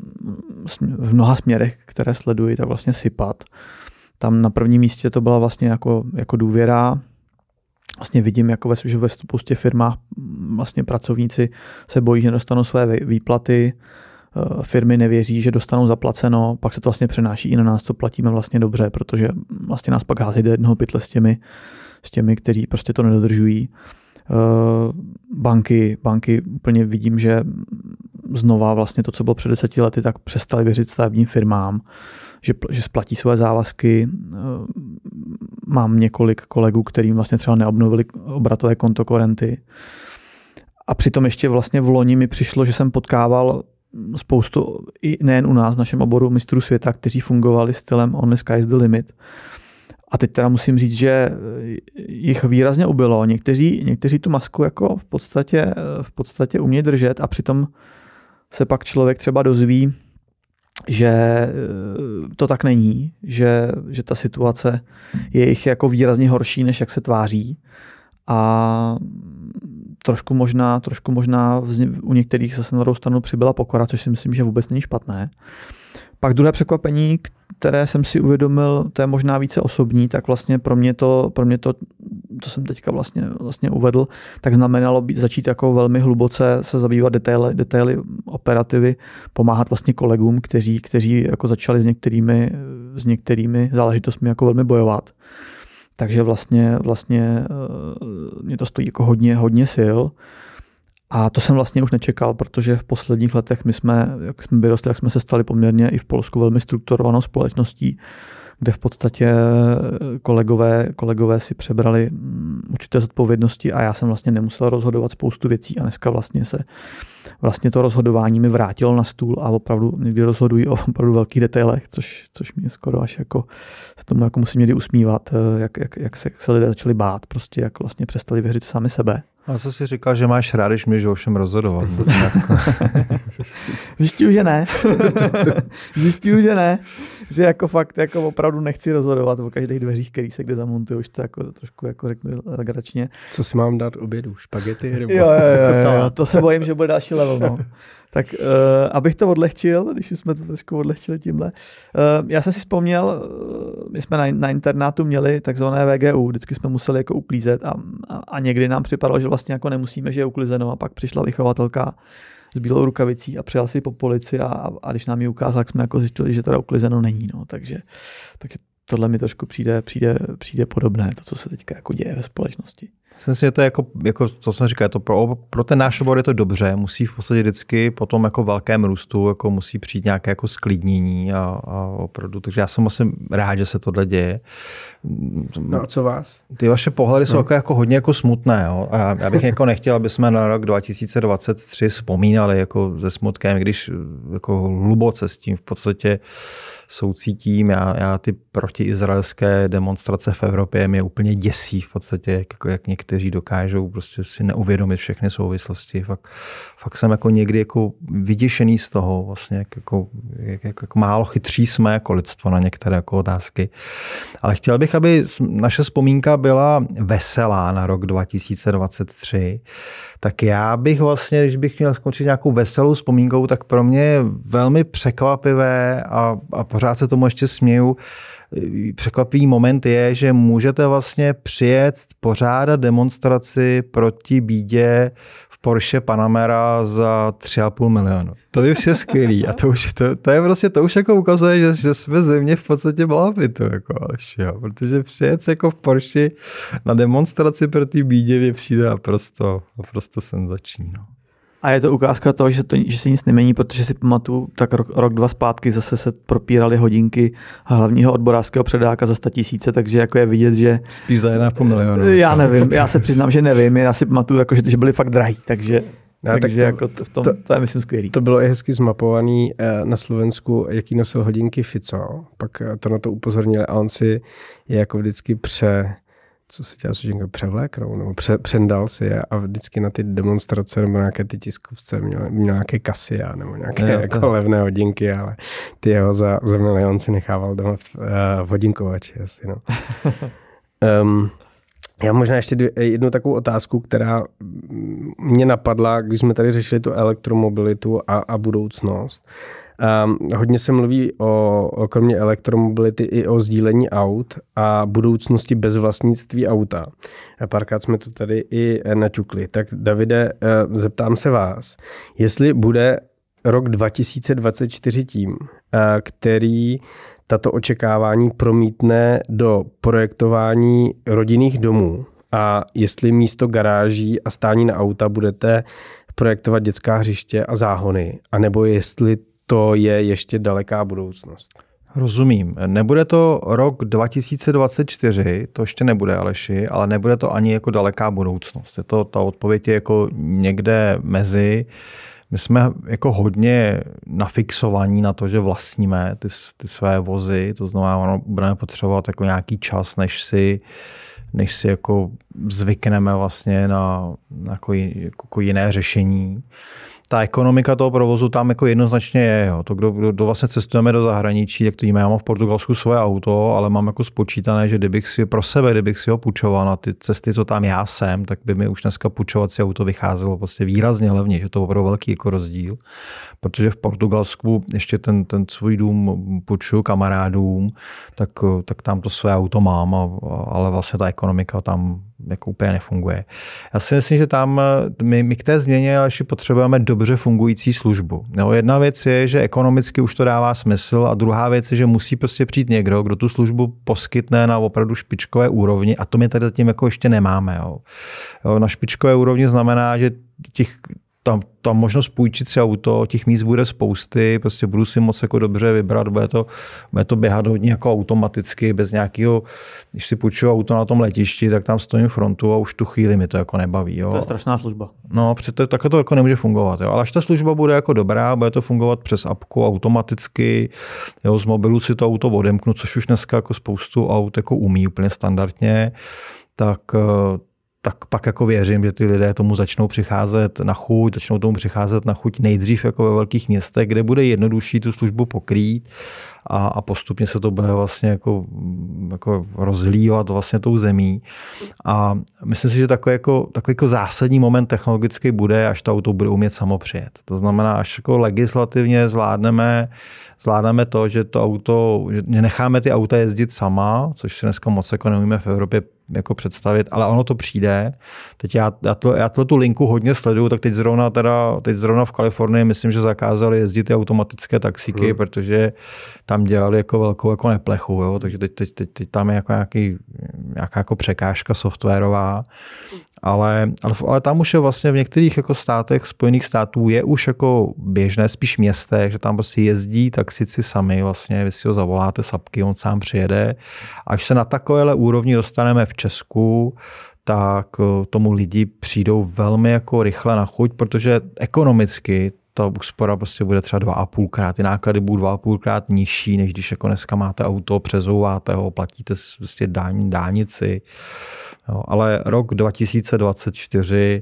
v mnoha směrech, které sleduji, tak vlastně sypat. Tam na prvním místě to byla vlastně jako, jako důvěra. Vlastně vidím, jako ve, že ve spoustě firmách vlastně pracovníci se bojí, že dostanou své výplaty, firmy nevěří, že dostanou zaplaceno, pak se to vlastně přenáší i na nás, co platíme vlastně dobře, protože vlastně nás pak hází do jednoho pytle s těmi, s těmi, kteří prostě to nedodržují. Banky, banky úplně vidím, že znova vlastně to, co bylo před deseti lety, tak přestali věřit stavebním firmám, že, že splatí své závazky. Mám několik kolegů, kterým vlastně třeba neobnovili obratové konto korenty. A přitom ještě vlastně v loni mi přišlo, že jsem potkával spoustu, i nejen u nás v našem oboru mistrů světa, kteří fungovali stylem only sky is the limit. A teď teda musím říct, že jich výrazně ubylo. Někteří, někteří tu masku jako v podstatě, v podstatě umějí držet a přitom se pak člověk třeba dozví, že to tak není, že, že ta situace je jich jako výrazně horší, než jak se tváří. A trošku možná, trošku možná u některých zase na druhou stranu přibyla pokora, což si myslím, že vůbec není špatné. Pak druhé překvapení, které jsem si uvědomil, to je možná více osobní, tak vlastně pro mě to, pro mě to, to jsem teďka vlastně, vlastně uvedl, tak znamenalo být, začít jako velmi hluboce se zabývat detaily, detaily operativy, pomáhat vlastně kolegům, kteří, kteří jako začali s některými, s některými záležitostmi jako velmi bojovat. Takže vlastně, vlastně mě to stojí jako hodně, hodně sil. A to jsem vlastně už nečekal, protože v posledních letech my jsme, jak jsme vyrostli, jak jsme se stali poměrně i v Polsku velmi strukturovanou společností, kde v podstatě kolegové, kolegové si přebrali určité zodpovědnosti a já jsem vlastně nemusel rozhodovat spoustu věcí a dneska vlastně se vlastně to rozhodování mi vrátilo na stůl a opravdu někdy rozhodují o opravdu velkých detailech, což, což mě skoro až jako se tomu jako musím někdy usmívat, jak, jak, jak, se, jak se lidé začali bát, prostě jak vlastně přestali věřit v sami sebe. A co jsi říkal, že máš rád, když můžeš o všem rozhodovat? Zjišťuju, že ne. Zjišťuju, že ne. Že jako fakt jako opravdu nechci rozhodovat o každých dveřích, který se kde zamontují, už to jako trošku jako řeknu legračně. Co si mám dát obědu? Špagety? Nebo... Jo, jo, jo, jo, to se bojím, že bude další level. No. Tak uh, abych to odlehčil, když jsme to trošku odlehčili tímhle. Uh, já jsem si vzpomněl, uh, my jsme na, na internátu měli takzvané V G U, vždycky jsme museli jako uklízet a, a, a někdy nám připadalo, že vlastně jako nemusíme, že je uklizeno a pak přišla vychovatelka s bílou rukavicí a přijela si po polici a, a když nám ji ukázal, tak jsme jako zjistili, že teda uklizeno není. No. Takže, takže tohle mi trošku přijde, přijde, přijde podobné, to, co se teďka jako děje ve společnosti. Myslím si, že to je jako, jako co jsem říkal, je to pro, pro ten náš obor je to dobře, musí v podstatě vždycky po tom jako velkém růstu jako musí přijít nějaké jako sklidnění a, a opravdu, takže já jsem asi rád, že se tohle děje. No a co vás? Ty vaše pohledy jsou no. jako, jako hodně jako smutné. Jo? A já bych jako nechtěl, aby jsme na rok dva tisíce dvacet tři vzpomínali jako se smutkem, když jako hluboce s tím v podstatě soucítím. Já, já ty protiizraelské demonstrace v Evropě mě úplně děsí v podstatě, jako jak někteří dokážou prostě si neuvědomit všechny souvislosti. Fakt, fakt jsem jako někdy jako vyděšený z toho, vlastně, jak, jako, jak, jak, jak málo chytří jsme jako lidstvo na některé jako otázky. Ale chtěl bych, aby naše vzpomínka byla veselá na rok dva tisíce dvacet tři. Tak já bych vlastně, když bych měl skončit nějakou veselou vzpomínkou, tak pro mě je velmi překvapivé a, a pořád se tomu ještě směju. Překvapivý moment je, že můžete vlastně přijet, pořádat demonstraci proti bídě v Porsche Panamera za tři a půl milionu. To je vše skvělý a to už, to, to je prostě, to už jako ukazuje, že, že jsme země v podstatě blahobytu, jako až, jo, protože přijet jako v Porsche na demonstraci proti bídě mě přijde naprosto, naprosto senzační, no. A je to ukázka toho, že, to, že se nic nemění, protože si pamatuju, tak rok, rok, dva zpátky zase se propíraly hodinky hlavního odborářského předáka za sta tisíce, takže jako je vidět, že... Spíš za jedna a půl milionu. Já nevím, já se přiznám, že nevím, já si pamatuju, jako, že, že byly fakt drahý, takže... No, takže tak to, jako to, v tom, to, to je myslím skvělý. To bylo i hezky zmapovaný na Slovensku, jaký nosil hodinky Fico, pak to na to upozornili a on si je jako vždycky pře... co se dělá s hodinkou, převléknou, nebo pře, přendal si je a vždycky na ty demonstrace nebo nějaké ty tiskovce měl, měl nějaké Cassia nebo nějaké jo, jako levné hodinky, ale ty jeho za, za milion si nechával doma v, uh, v hodinkovači asi, no. um, já možná ještě dvě, jednu takovou otázku, která mě napadla, když jsme tady řešili tu elektromobilitu a, a budoucnost. Um, hodně se mluví o, o kromě elektromobility i o sdílení aut a budoucnosti bez vlastnictví auta. Párkrát jsme to tady i naťukli. Tak Davide, uh, zeptám se vás, jestli bude rok dva tisíce dvacet čtyři tím, uh, který tato očekávání promítne do projektování rodinných domů a jestli místo garáží a stání na auta budete projektovat dětská hřiště a záhony, anebo jestli to je ještě daleká budoucnost. Rozumím. Nebude to rok dva tisíce dvacet čtyři, to ještě nebude, Aleši, ale nebude to ani jako daleká budoucnost. Je to, ta odpověď je jako někde mezi. My jsme jako hodně nafixovaní na to, že vlastníme ty, ty své vozy, to znamená, ono budeme potřebovat jako nějaký čas, než si, než si jako zvykneme vlastně na, na jako, jako jiné řešení. Ta ekonomika toho provozu tam jako jednoznačně je. Jo. To, kdo, kdo, kdo vlastně cestujeme do zahraničí, jak to víme, já mám v Portugalsku svoje auto, ale mám jako spočítané, že kdybych si pro sebe, kdybych si ho půjčoval na ty cesty, co tam já jsem, tak by mi už dneska půjčovací auto vycházelo prostě výrazně levně, že to je opravdu velký jako rozdíl. Protože v Portugalsku ještě ten, ten svůj dům půjčuju kamarádům, tak, tak tam to své auto mám, a, ale vlastně ta ekonomika tam jako úplně nefunguje. Já si myslím, že tam my, my k té změně ještě potřebujeme dobře fungující službu. No, jedna věc je, že ekonomicky už to dává smysl a druhá věc je, že musí prostě přijít někdo, kdo tu službu poskytne na opravdu špičkové úrovni a to my tady zatím jako ještě nemáme. Jo. Jo, na špičkové úrovni znamená, že těch Tam, tam možnost půjčit si auto, těch míst bude spousty, prostě budu si moc jako dobře vybrat, bude to, bude to běhat hodně jako automaticky, bez nějakého, když si půjčuju auto na tom letišti, tak tam stojím frontu a už tu chvíli mi to jako nebaví. Jo. To je strašná služba. No, přece takhle to jako nemůže fungovat. Jo. Ale až ta služba bude jako dobrá, bude to fungovat přes apku automaticky, jo, z mobilu si to auto odemknu, což už dneska jako spoustu aut jako umí úplně standardně, tak tak pak jako věřím, že ty lidé tomu začnou přicházet na chuť, začnou tomu přicházet na chuť nejdřív jako ve velkých městech, kde bude jednodušší tu službu pokrýt a, a postupně se to bude vlastně jako, jako rozhlívat vlastně tou zemí. A myslím si, že takový jako, takový jako zásadní moment technologicky bude, až to auto bude umět samo přijet. To znamená, až jako legislativně zvládneme, zvládneme to, že to auto, že necháme ty auta jezdit sama, což si dneska moc jako neumíme v Evropě jako představit, ale ono to přijde. Teď já, já, to, já tu linku hodně sleduju, tak teď zrovna, teda, teď zrovna v Kalifornii myslím, že zakázali jezdit ty automatické taxíky, hmm. protože tam dělali jako velkou jako neplechu, jo? Takže teď, teď, teď, teď tam je jako nějaký, nějaká jako překážka softwarová. Ale, ale, ale tam už je vlastně v některých jako státech Spojených států je už jako běžné, spíš městech, že tam prostě jezdí taxici sami, vlastně vy si ho zavoláte z apky, on sám přijede. Až se na takovéhle úrovni dostaneme v Česku, tak tomu lidi přijdou velmi jako rychle na chuť, protože ekonomicky ta úspora prostě bude třeba dva a půlkrát, ty náklady budou dva a půlkrát nižší, než když jako dneska máte auto, přezouváte ho, platíte prostě dáň, dálnici. Jo, ale rok dva tisíce dvacet čtyři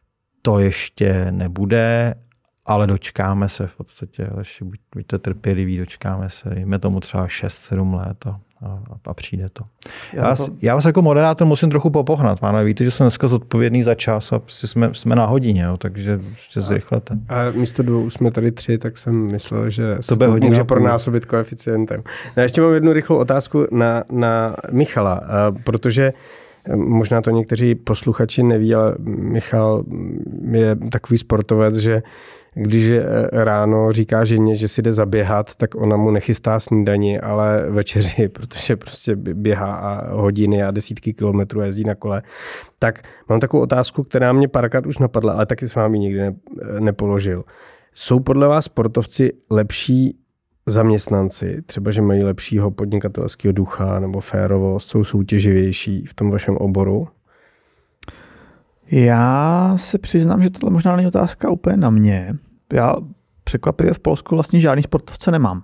to ještě nebude, ale dočkáme se v podstatě, ještě buď, buďte trpěliví, dočkáme se, jíme tomu třeba šest sedm let a, a, a přijde to. Já, já, to... já vás jako moderátor musím trochu popohnat, pánové, víte, že jsem dneska zodpovědný za čas a prostě jsme, jsme na hodině, jo, takže ještě zrychlete. A místo dvou jsme tady tři, tak jsem myslel, že to, to hodně může pronásobit koeficientem. No, ještě mám jednu rychlou otázku na, na Michala, protože možná to někteří posluchači neví, ale Michal je takový sportovec, že když ráno říká ženě, že si jde zaběhat, tak ona mu nechystá snídani, ale večeři, protože prostě běhá a hodiny a desítky kilometrů a jezdí na kole. Tak mám takovou otázku, která mě párkrát už napadla, ale taky s vámi nikdy ne, nepoložil. Jsou podle vás sportovci lepší zaměstnanci, třeba, že mají lepšího podnikatelského ducha nebo férovost, jsou soutěživější v tom vašem oboru? Já se přiznám, že tohle možná není otázka úplně na mě. Já překvapivě v Polsku vlastně žádný sportovce nemám.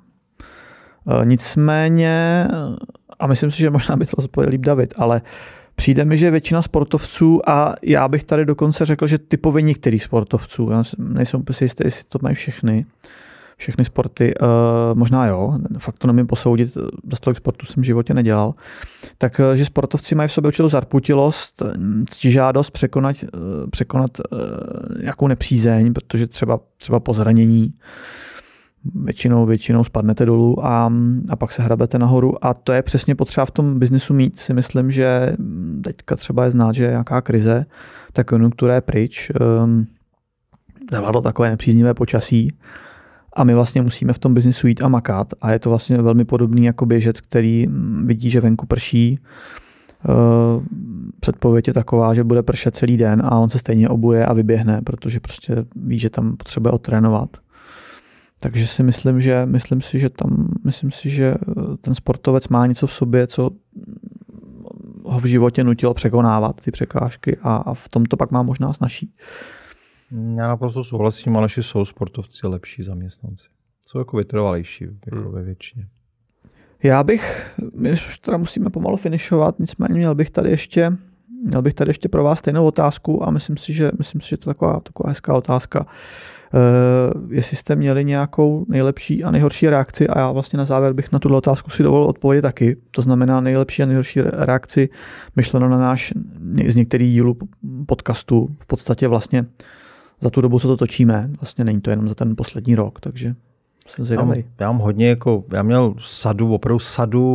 Nicméně, a myslím si, že možná by to odpověděl líp David, ale přijde mi, že většina sportovců, a já bych tady dokonce řekl, že typově některých sportovců, já nejsem úplně jistý, jestli to mají všechny, všechny sporty, uh, možná jo, fakt to nemím posoudit, dost tolik sportu jsem v životě nedělal, takže sportovci mají v sobě určitou zarputilost, ctižádost překonat, uh, překonat uh, nějakou nepřízeň, protože třeba, třeba po zranění většinou, většinou spadnete dolů a, a pak se hrabete nahoru a to je přesně potřeba v tom biznesu mít. Si myslím, že teďka třeba je znát, že je nějaká krize, ta konjunktura je pryč, um, zavadlo takové nepříznivé počasí, a my vlastně musíme v tom biznisu jít a makat a je to vlastně velmi podobný jako běžec, který vidí, že venku prší. Předpověď je taková, že bude pršet celý den a on se stejně obuje a vyběhne, protože prostě ví, že tam potřebuje otrénovat. Takže si myslím, že myslím si, že tam myslím si, že ten sportovec má něco v sobě, co ho v životě nutilo překonávat ty překážky a, a v tom to pak má možná snazší. Já naprosto souhlasím, ale že jsou sportovci lepší zaměstnanci. Jsou jako vytrvalejší jako hmm. ve většině. Já bych, my už teda musíme pomalu finišovat, nicméně měl bych tady ještě, měl bych tady ještě pro vás stejnou otázku a myslím si, že, myslím si, že to je taková, taková hezká otázka. Uh, jestli jste měli nějakou nejlepší a nejhorší reakci a já vlastně na závěr bych na tuto otázku si dovolil odpovědět taky. To znamená nejlepší a nejhorší reakci myšleno na náš z některých dílů podcastu v podstatě vlastně za tu dobu, co to točíme. Vlastně není to jenom za ten poslední rok, takže jsem zvědavý. Já mám hodně, jako, já měl sadu, opravdu sadu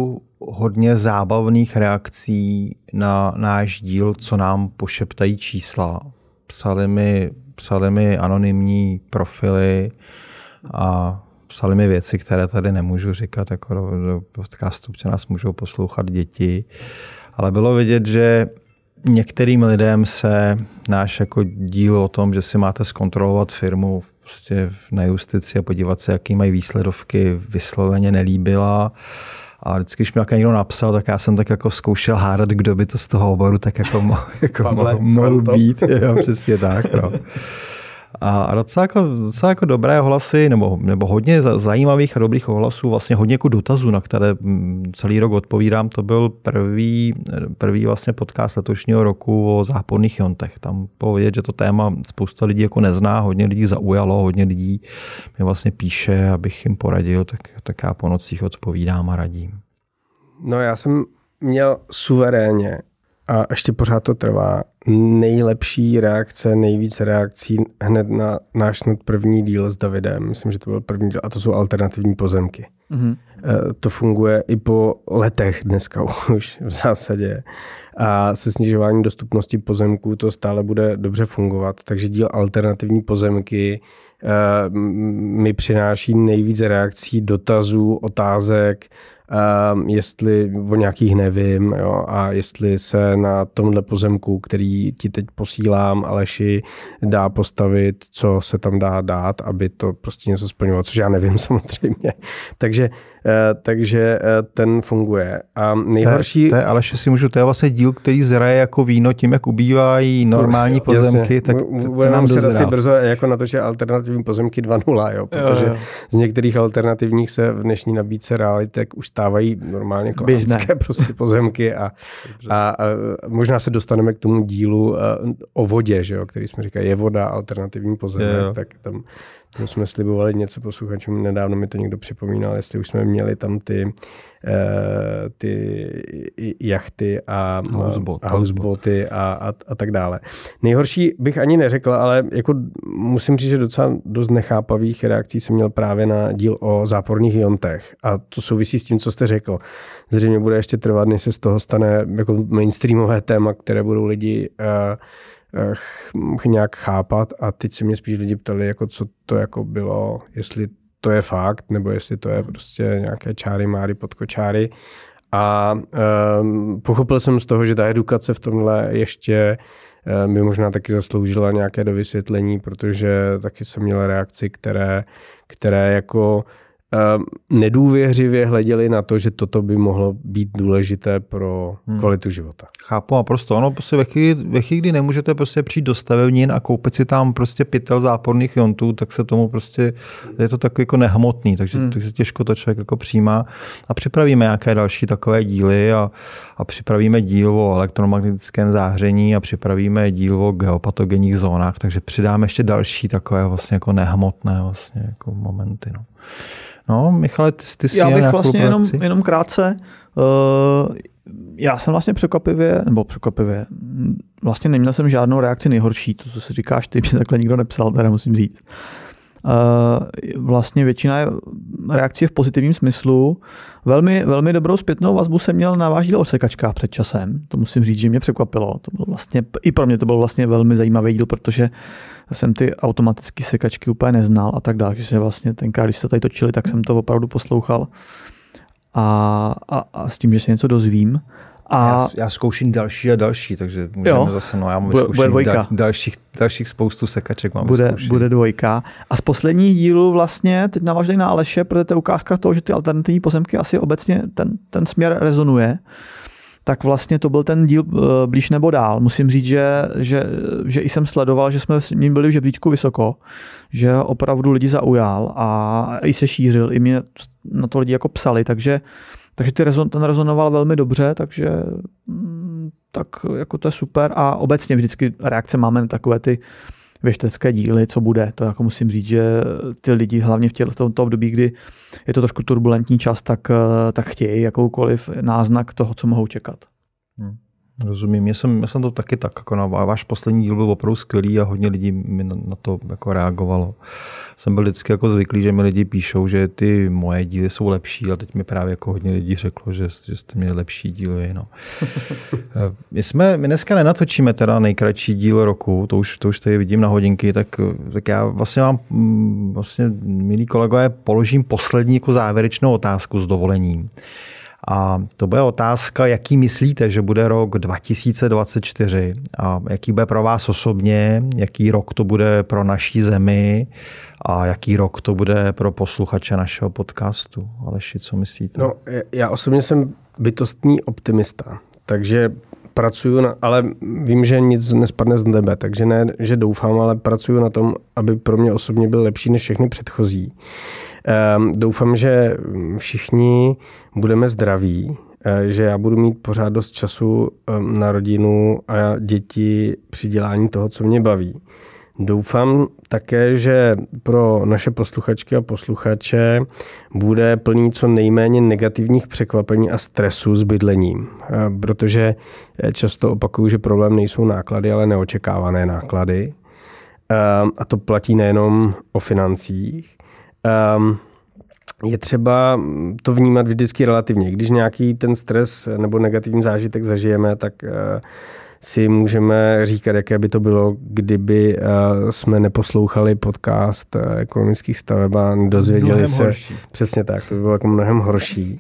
hodně zábavných reakcí na náš díl, co nám pošeptají čísla. Psali mi, psali mi anonymní profily a psali mi věci, které tady nemůžu říkat, jako do, do podcastu, protože nás můžou poslouchat děti. Ale bylo vidět, že některým lidem se náš jako díl o tom, že si máte zkontrolovat firmu prostě na justici a podívat se, jaký mají výsledovky, vysloveně nelíbila. A vždycky, když mi někdo napsal, tak já jsem tak jako zkoušel hádat, kdo by to z toho oboru tak jako, mo- jako Pavle, mohl být. Jo, přesně tak. No. A docela jako, docela jako dobré ohlasy, nebo, nebo hodně zajímavých a dobrých ohlasů, vlastně hodně jako dotazů, na které celý rok odpovídám. To byl první, první vlastně podcast letošního roku o záporných jontech. Tam bylo vidět, že to téma spousta lidí jako nezná, hodně lidí zaujalo, hodně lidí mi vlastně píše, abych jim poradil, tak, tak já po nocích odpovídám a radím. No já jsem měl suverénně a ještě pořád to trvá nejlepší reakce, nejvíc reakcí hned na náš snad první díl s Davidem. Myslím, že to byl první díl a to jsou alternativní pozemky. Mm-hmm. To funguje i po letech dneska už v zásadě. A se snižováním dostupnosti pozemků to stále bude dobře fungovat. Takže díl alternativní pozemky mi přináší nejvíc reakcí, dotazů, otázek, Um, jestli o nějakých nevím, jo, a jestli se na tomhle pozemku, který ti teď posílám, Aleši, dá postavit, co se tam dá dát, aby to prostě něco splňovalo, což já nevím samozřejmě. takže, uh, takže uh, ten funguje. A nejhorší... To je, Aleši, si můžu, to je vlastně díl, který zraje jako víno tím, jak ubývají normální to, pozemky, jasně. Tak to nám dozrál. Asi brzo jako na to, že alternativní pozemky dva nula, jo, protože jo, jo. z některých alternativních se v dnešní nabídce realitek už stávají normálně klasické prostě pozemky a, a, a možná se dostaneme k tomu dílu o vodě, že jo, který jsme říkali, je voda, alternativní pozemek, je, tak tam, tam jsme slibovali něco posluchačům, nedávno mi to někdo připomínal, jestli už jsme měli tam ty, ty jachty a houseboat, a, houseboaty a, a, a tak dále. Nejhorší bych ani neřekl, ale jako musím říct, že docela dost nechápavých reakcí jsem měl právě na díl o záporných jontech a to souvisí s tím, co jste řekl. Zřejmě bude ještě trvat, než se z toho stane jako mainstreamové téma, které budou lidi uh, uh, nějak chápat a teď se mě spíš lidi ptali, jako co to jako bylo, jestli to je fakt, nebo jestli to je prostě nějaké čáry, máry, podkočáry. A um, pochopil jsem z toho, že ta edukace v tomhle ještě um, by možná taky zasloužila nějaké dovysvětlení, protože taky jsem měl reakci, které, které jako nedůvěřivě hleděli na to, že toto by mohlo být důležité pro hmm. kvalitu života. Chápu a prostě ono prostě ve chvíli, ve chvíli, kdy nemůžete prostě přijít do stavebnin a koupit si tam prostě pytel záporných jontů, tak se tomu prostě, je to takový jako nehmotný, takže, hmm. takže těžko to člověk jako přijímá a připravíme nějaké další takové díly a, a připravíme díl o elektromagnetickém záření a připravíme díl o geopatogenních zónách, takže přidáme ještě další takové vlastně jako nehmotné vlastně jako momenty. No. No, Michale, ty, ty jsi Já bych vlastně jenom, jenom krátce, uh, já jsem vlastně překvapivě, nebo překvapivě, vlastně neměl jsem žádnou reakci nejhorší, to, co si říkáš, ty mě takhle nikdo nepsal, teda musím říct. Uh, vlastně většina reakcí v pozitivním smyslu. Velmi, velmi dobrou zpětnou vazbu jsem měl na váš díl o sekačkách před časem. To musím říct, že mě překvapilo. To byl vlastně, i pro mě to byl vlastně velmi zajímavý díl, protože jsem ty automatické sekačky úplně neznal a tak dále. Takže vlastně tenkrát, když se tady točili, tak jsem to opravdu poslouchal a, a, a s tím, že se něco dozvím. A já, já zkouším další a další, takže můžeme jo, zase, no já mám vyzkouším da, dalších, dalších spoustu sekaček. Mám bude, bude dvojka. A z posledních dílů vlastně, teď naváželi na Aleše, protože to je ukázka toho, že ty alternativní pozemky asi obecně ten, ten směr rezonuje, tak vlastně to byl ten díl blíž nebo dál. Musím říct, že, že, že i jsem sledoval, že jsme s ním byli v žebříčku vysoko, že opravdu lidi zaujal a i se šířil, i mě na to lidi jako psali, takže Takže ty rezon, ten rezonoval velmi dobře, takže tak jako to je super a obecně vždycky reakce máme na takové ty věštecké díly, co bude. To jako musím říct, že ty lidi hlavně v, těle, v tomto období, kdy je to trošku turbulentní čas, tak, tak chtějí jakoukoliv náznak toho, co mohou čekat. Hmm. Rozumím, já jsem, já jsem to taky tak, jako na váš poslední díl byl opravdu skvělý a hodně lidí mi na, na to jako reagovalo. Jsem byl vždycky jako zvyklý, že mi lidi píšou, že ty moje díly jsou lepší, a teď mi právě jako hodně lidí řeklo, že, že jste měli lepší díly. No. my, jsme, my dneska nenatočíme teda nejkratší díl roku, to už, to už tady vidím na hodinky, tak, tak já vlastně vám, vlastně, milí kolegové, položím poslední jako závěrečnou otázku s dovolením. A to bude otázka, jaký myslíte, že bude rok dva tisíce dvacet čtyři a jaký bude pro vás osobně, jaký rok to bude pro naší zemi a jaký rok to bude pro posluchače našeho podcastu. Aleši, co myslíte? No, já osobně jsem bytostný optimista, takže pracuju na, ale vím, že nic nespadne z nebe, takže ne, že doufám, ale pracuju na tom, aby pro mě osobně byl lepší než všechny předchozí. Um, doufám, že všichni budeme zdraví, že já budu mít pořád dost času um, na rodinu a děti při dělání toho, co mě baví. Doufám také, že pro naše posluchačky a posluchače bude plný co nejméně negativních překvapení a stresu s bydlením, protože často opakuju, že problém nejsou náklady, ale neočekávané náklady. A to platí nejenom o financích. Je třeba to vnímat vždycky relativně. Když nějaký ten stres nebo negativní zážitek zažijeme, tak si můžeme říkat, jaké by to bylo, kdyby jsme neposlouchali podcast ekonomických staveb a dozvěděli mnohem se. Horší. Přesně tak, to by bylo jako mnohem horší.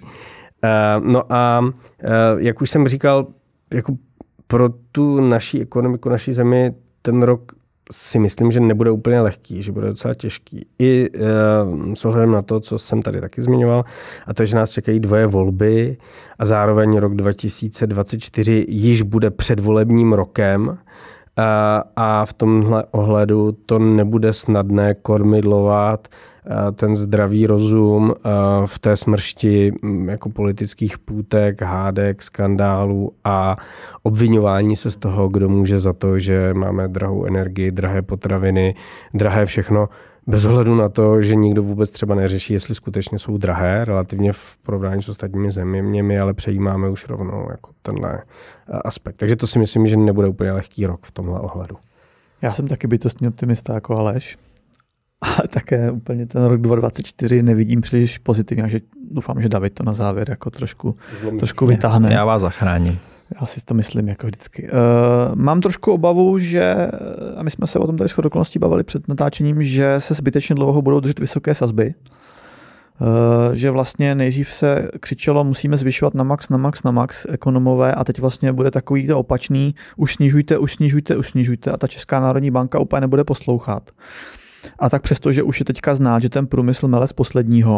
No a jak už jsem říkal, jako pro tu naší ekonomiku, naší zemi, ten rok si myslím, že nebude úplně lehký, že bude docela těžký. I e, s ohledem na to, co jsem tady taky zmiňoval, a to, že nás čekají dvoje volby a zároveň rok dva tisíce dvacet čtyři již bude předvolebním rokem a, a v tomhle ohledu to nebude snadné kormidlovat ten zdravý rozum v té smršti jako politických půtek, hádek, skandálů a obviňování se z toho, kdo může za to, že máme drahou energii, drahé potraviny, drahé všechno, bez ohledu na to, že nikdo vůbec třeba neřeší, jestli skutečně jsou drahé, relativně v porovnání s ostatními zeměmi, ale přejímáme už rovnou jako tenhle aspekt. Takže to si myslím, že nebude úplně lehký rok v tomhle ohledu. Já jsem taky bytostný optimista jako Aleš. Ale také úplně ten rok dva tisíce dvacet čtyři nevidím příliš pozitivně, takže doufám, že David to na závěr jako trošku, trošku vytáhne. Já vás zachráním. Já si to myslím jako vždycky. Uh, mám trošku obavu, že, a my jsme se o tom tady shodou okolností bavili před natáčením, že se zbytečně dlouho budou držet vysoké sazby. Uh, že vlastně nejdřív se křičelo, musíme zvyšovat na max, na max, na max ekonomové a teď vlastně bude takový to opačný, už snižujte, už snižujte, už snižujte a ta Česká národní banka úplně nebude poslouchat. A tak přesto, že už je teďka znát, že ten průmysl mele z posledního,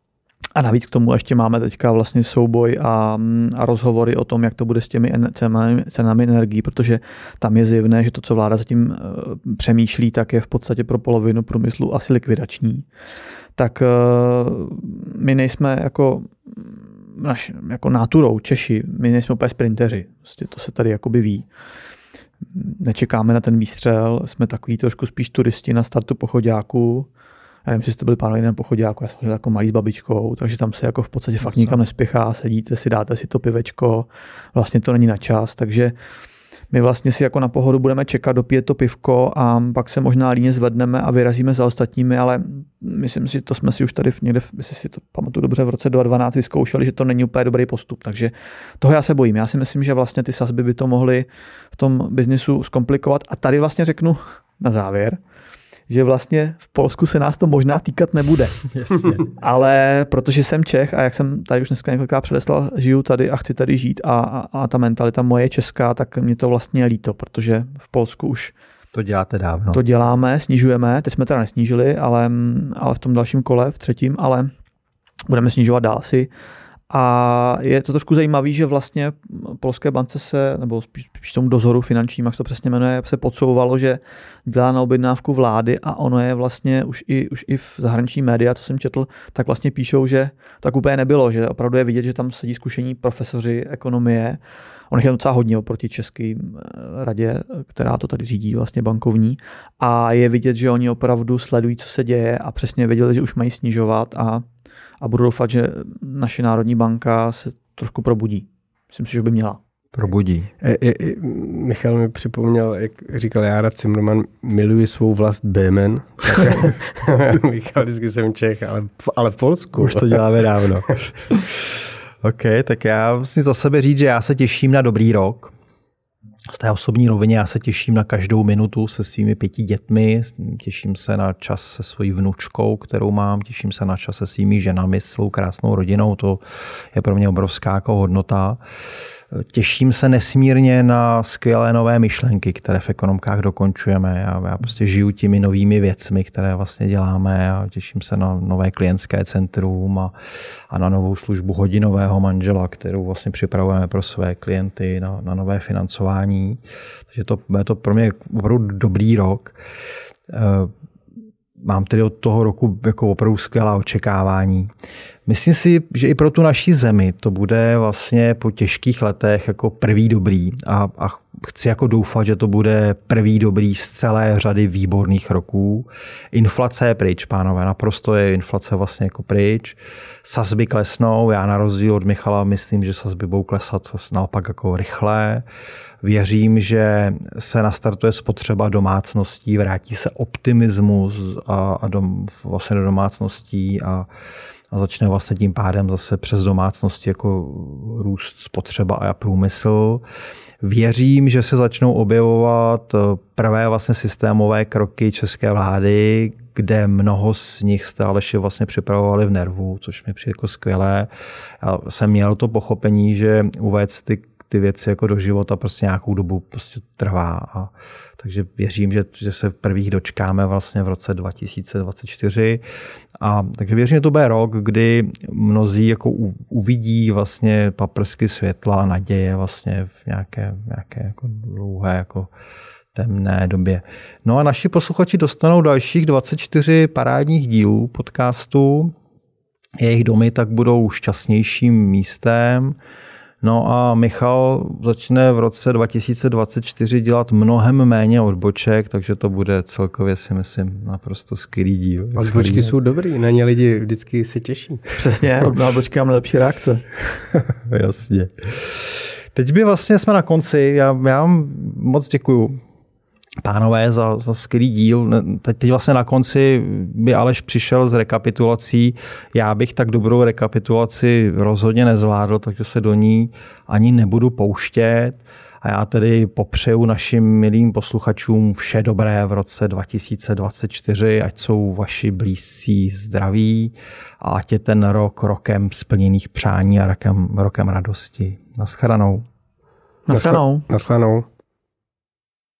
a navíc k tomu ještě máme teďka vlastně souboj a, a rozhovory o tom, jak to bude s těmi cenami, cenami energií, protože tam je zjevné, že to, co vláda zatím uh, přemýšlí, tak je v podstatě pro polovinu průmyslu asi likvidační. Tak uh, my nejsme jako, naš, jako náturou Češi, my nejsme úplně sprinteři, prostě to se tady jakoby ví. Nečekáme na ten výstřel, jsme takový trošku spíš turisti na startu pochoďáku. Já nevím, jestli jste byli pánové na pochoďáku, já jsem jako malý s babičkou, takže tam se jako v podstatě fakt nikam nespěchá, sedíte si, dáte si to pivečko, vlastně to není na čas, takže my vlastně si jako na pohodu budeme čekat, dopít to pivko a pak se možná líně zvedneme a vyrazíme za ostatními, ale myslím si, že to jsme si už tady někde, jestli si to pamatuju dobře, v roce dva tisíce dvanáct vyzkoušeli, že to není úplně dobrý postup, takže toho já se bojím. Já si myslím, že vlastně ty sazby by to mohly v tom biznisu zkomplikovat a tady vlastně řeknu na závěr, že vlastně v Polsku se nás to možná týkat nebude. Jasně. Ale protože jsem Čech a jak jsem tady už dneska několikrát předeslal, žiju tady a chci tady žít a, a, a ta mentalita moje je česká, tak mě to vlastně líto, protože v Polsku už to děláte dávno. To děláme, snižujeme, teď jsme teda nesnížili, ale, ale v tom dalším kole, v třetím, ale budeme snižovat dál si. A je to trošku zajímavé, že vlastně polské bance se, nebo spíš, spíš tomu dozoru finančním, jak se to přesně jmenuje, se podsouvalo, že dělá na objednávku vlády a ono je vlastně už i, už i v zahraniční média, co jsem četl, tak vlastně píšou, že tak úplně nebylo, že opravdu je vidět, že tam sedí zkušení profesoři ekonomie. On je docela hodně oproti České radě, která to tady řídí, vlastně bankovní. A je vidět, že oni opravdu sledují, co se děje a přesně věděli, že už mají snižovat a a budu doufat, že naše národní banka se trošku probudí. Myslím si, že by měla. probudí. E, e, e, Michal mi připomněl, jak říkal Jára Cimrman, miluji svou vlast Bémen. Michal, vždycky jsem Čech, ale, ale v Polsku. Už to děláme dávno. OK, tak já musím za sebe říct, že já se těším na dobrý rok. Z té osobní rovině já se těším na každou minutu se svými pěti dětmi, těším se na čas se svojí vnučkou, kterou mám, těším se na čas se svými ženami, s svou krásnou rodinou, to je pro mě obrovská jako hodnota. Těším se nesmírně na skvělé nové myšlenky, které v ekonomkách dokončujeme. Já, já prostě žiju těmi novými věcmi, které vlastně děláme a těším se na nové klientské centrum a, a na novou službu hodinového manžela, kterou vlastně připravujeme pro své klienty na, na nové financování. Takže to bude to pro mě opravdu dobrý rok. Mám tedy od toho roku jako opravdu skvělá očekávání. Myslím si, že i pro tu naši zemi to bude vlastně po těžkých letech jako prvý dobrý a, a chci jako doufat, že to bude prvý dobrý z celé řady výborných roků. Inflace je pryč, pánové, naprosto je inflace vlastně jako pryč. Sazby klesnou, já na rozdíl od Michala myslím, že sazby budou klesat naopak jako rychle. Věřím, že se nastartuje spotřeba domácností, vrátí se optimismus a, a dom, vlastně do domácností a a začne vlastně tím pádem zase přes domácnosti jako růst spotřeba a průmysl. Věřím, že se začnou objevovat prvé vlastně systémové kroky české vlády, kde mnoho z nich jste Aleši vlastně připravovali v nervu, což mi přijde jako skvělé. Já jsem měl to pochopení, že uvést ty ty věci jako do života prostě nějakou dobu prostě trvá. A takže věřím, že, že se prvých dočkáme vlastně v roce dva tisíce dvacet čtyři. A takže věřím, že to bude rok, kdy mnozí jako u, uvidí vlastně paprsky světla, naděje vlastně v nějaké, nějaké jako dlouhé jako temné době. No a naši posluchači dostanou dalších dvacet čtyři parádních dílů podcastu. Jejich domy tak budou šťastnějším místem. No a Michal začne v roce dva tisíce dvacet čtyři dělat mnohem méně odboček, takže to bude celkově si myslím naprosto skvělý díl. Odbočky jsou dobrý, na ně lidi vždycky se těší. Přesně, od odbočky mám nejlepší reakce. Jasně. Teď by vlastně jsme na konci, já, já vám moc děkuju. Pánové, za, za skvělý díl. Teď vlastně na konci by Aleš přišel s rekapitulací. Já bych tak dobrou rekapitulaci rozhodně nezvládl, takže se do ní ani nebudu pouštět. A já tedy popřeju našim milým posluchačům vše dobré v roce dva tisíce dvacet čtyři, ať jsou vaši blízcí zdraví a ať je ten rok rokem splněných přání a rokem, rokem radosti. Naschledanou. Naschledanou. Naschledanou.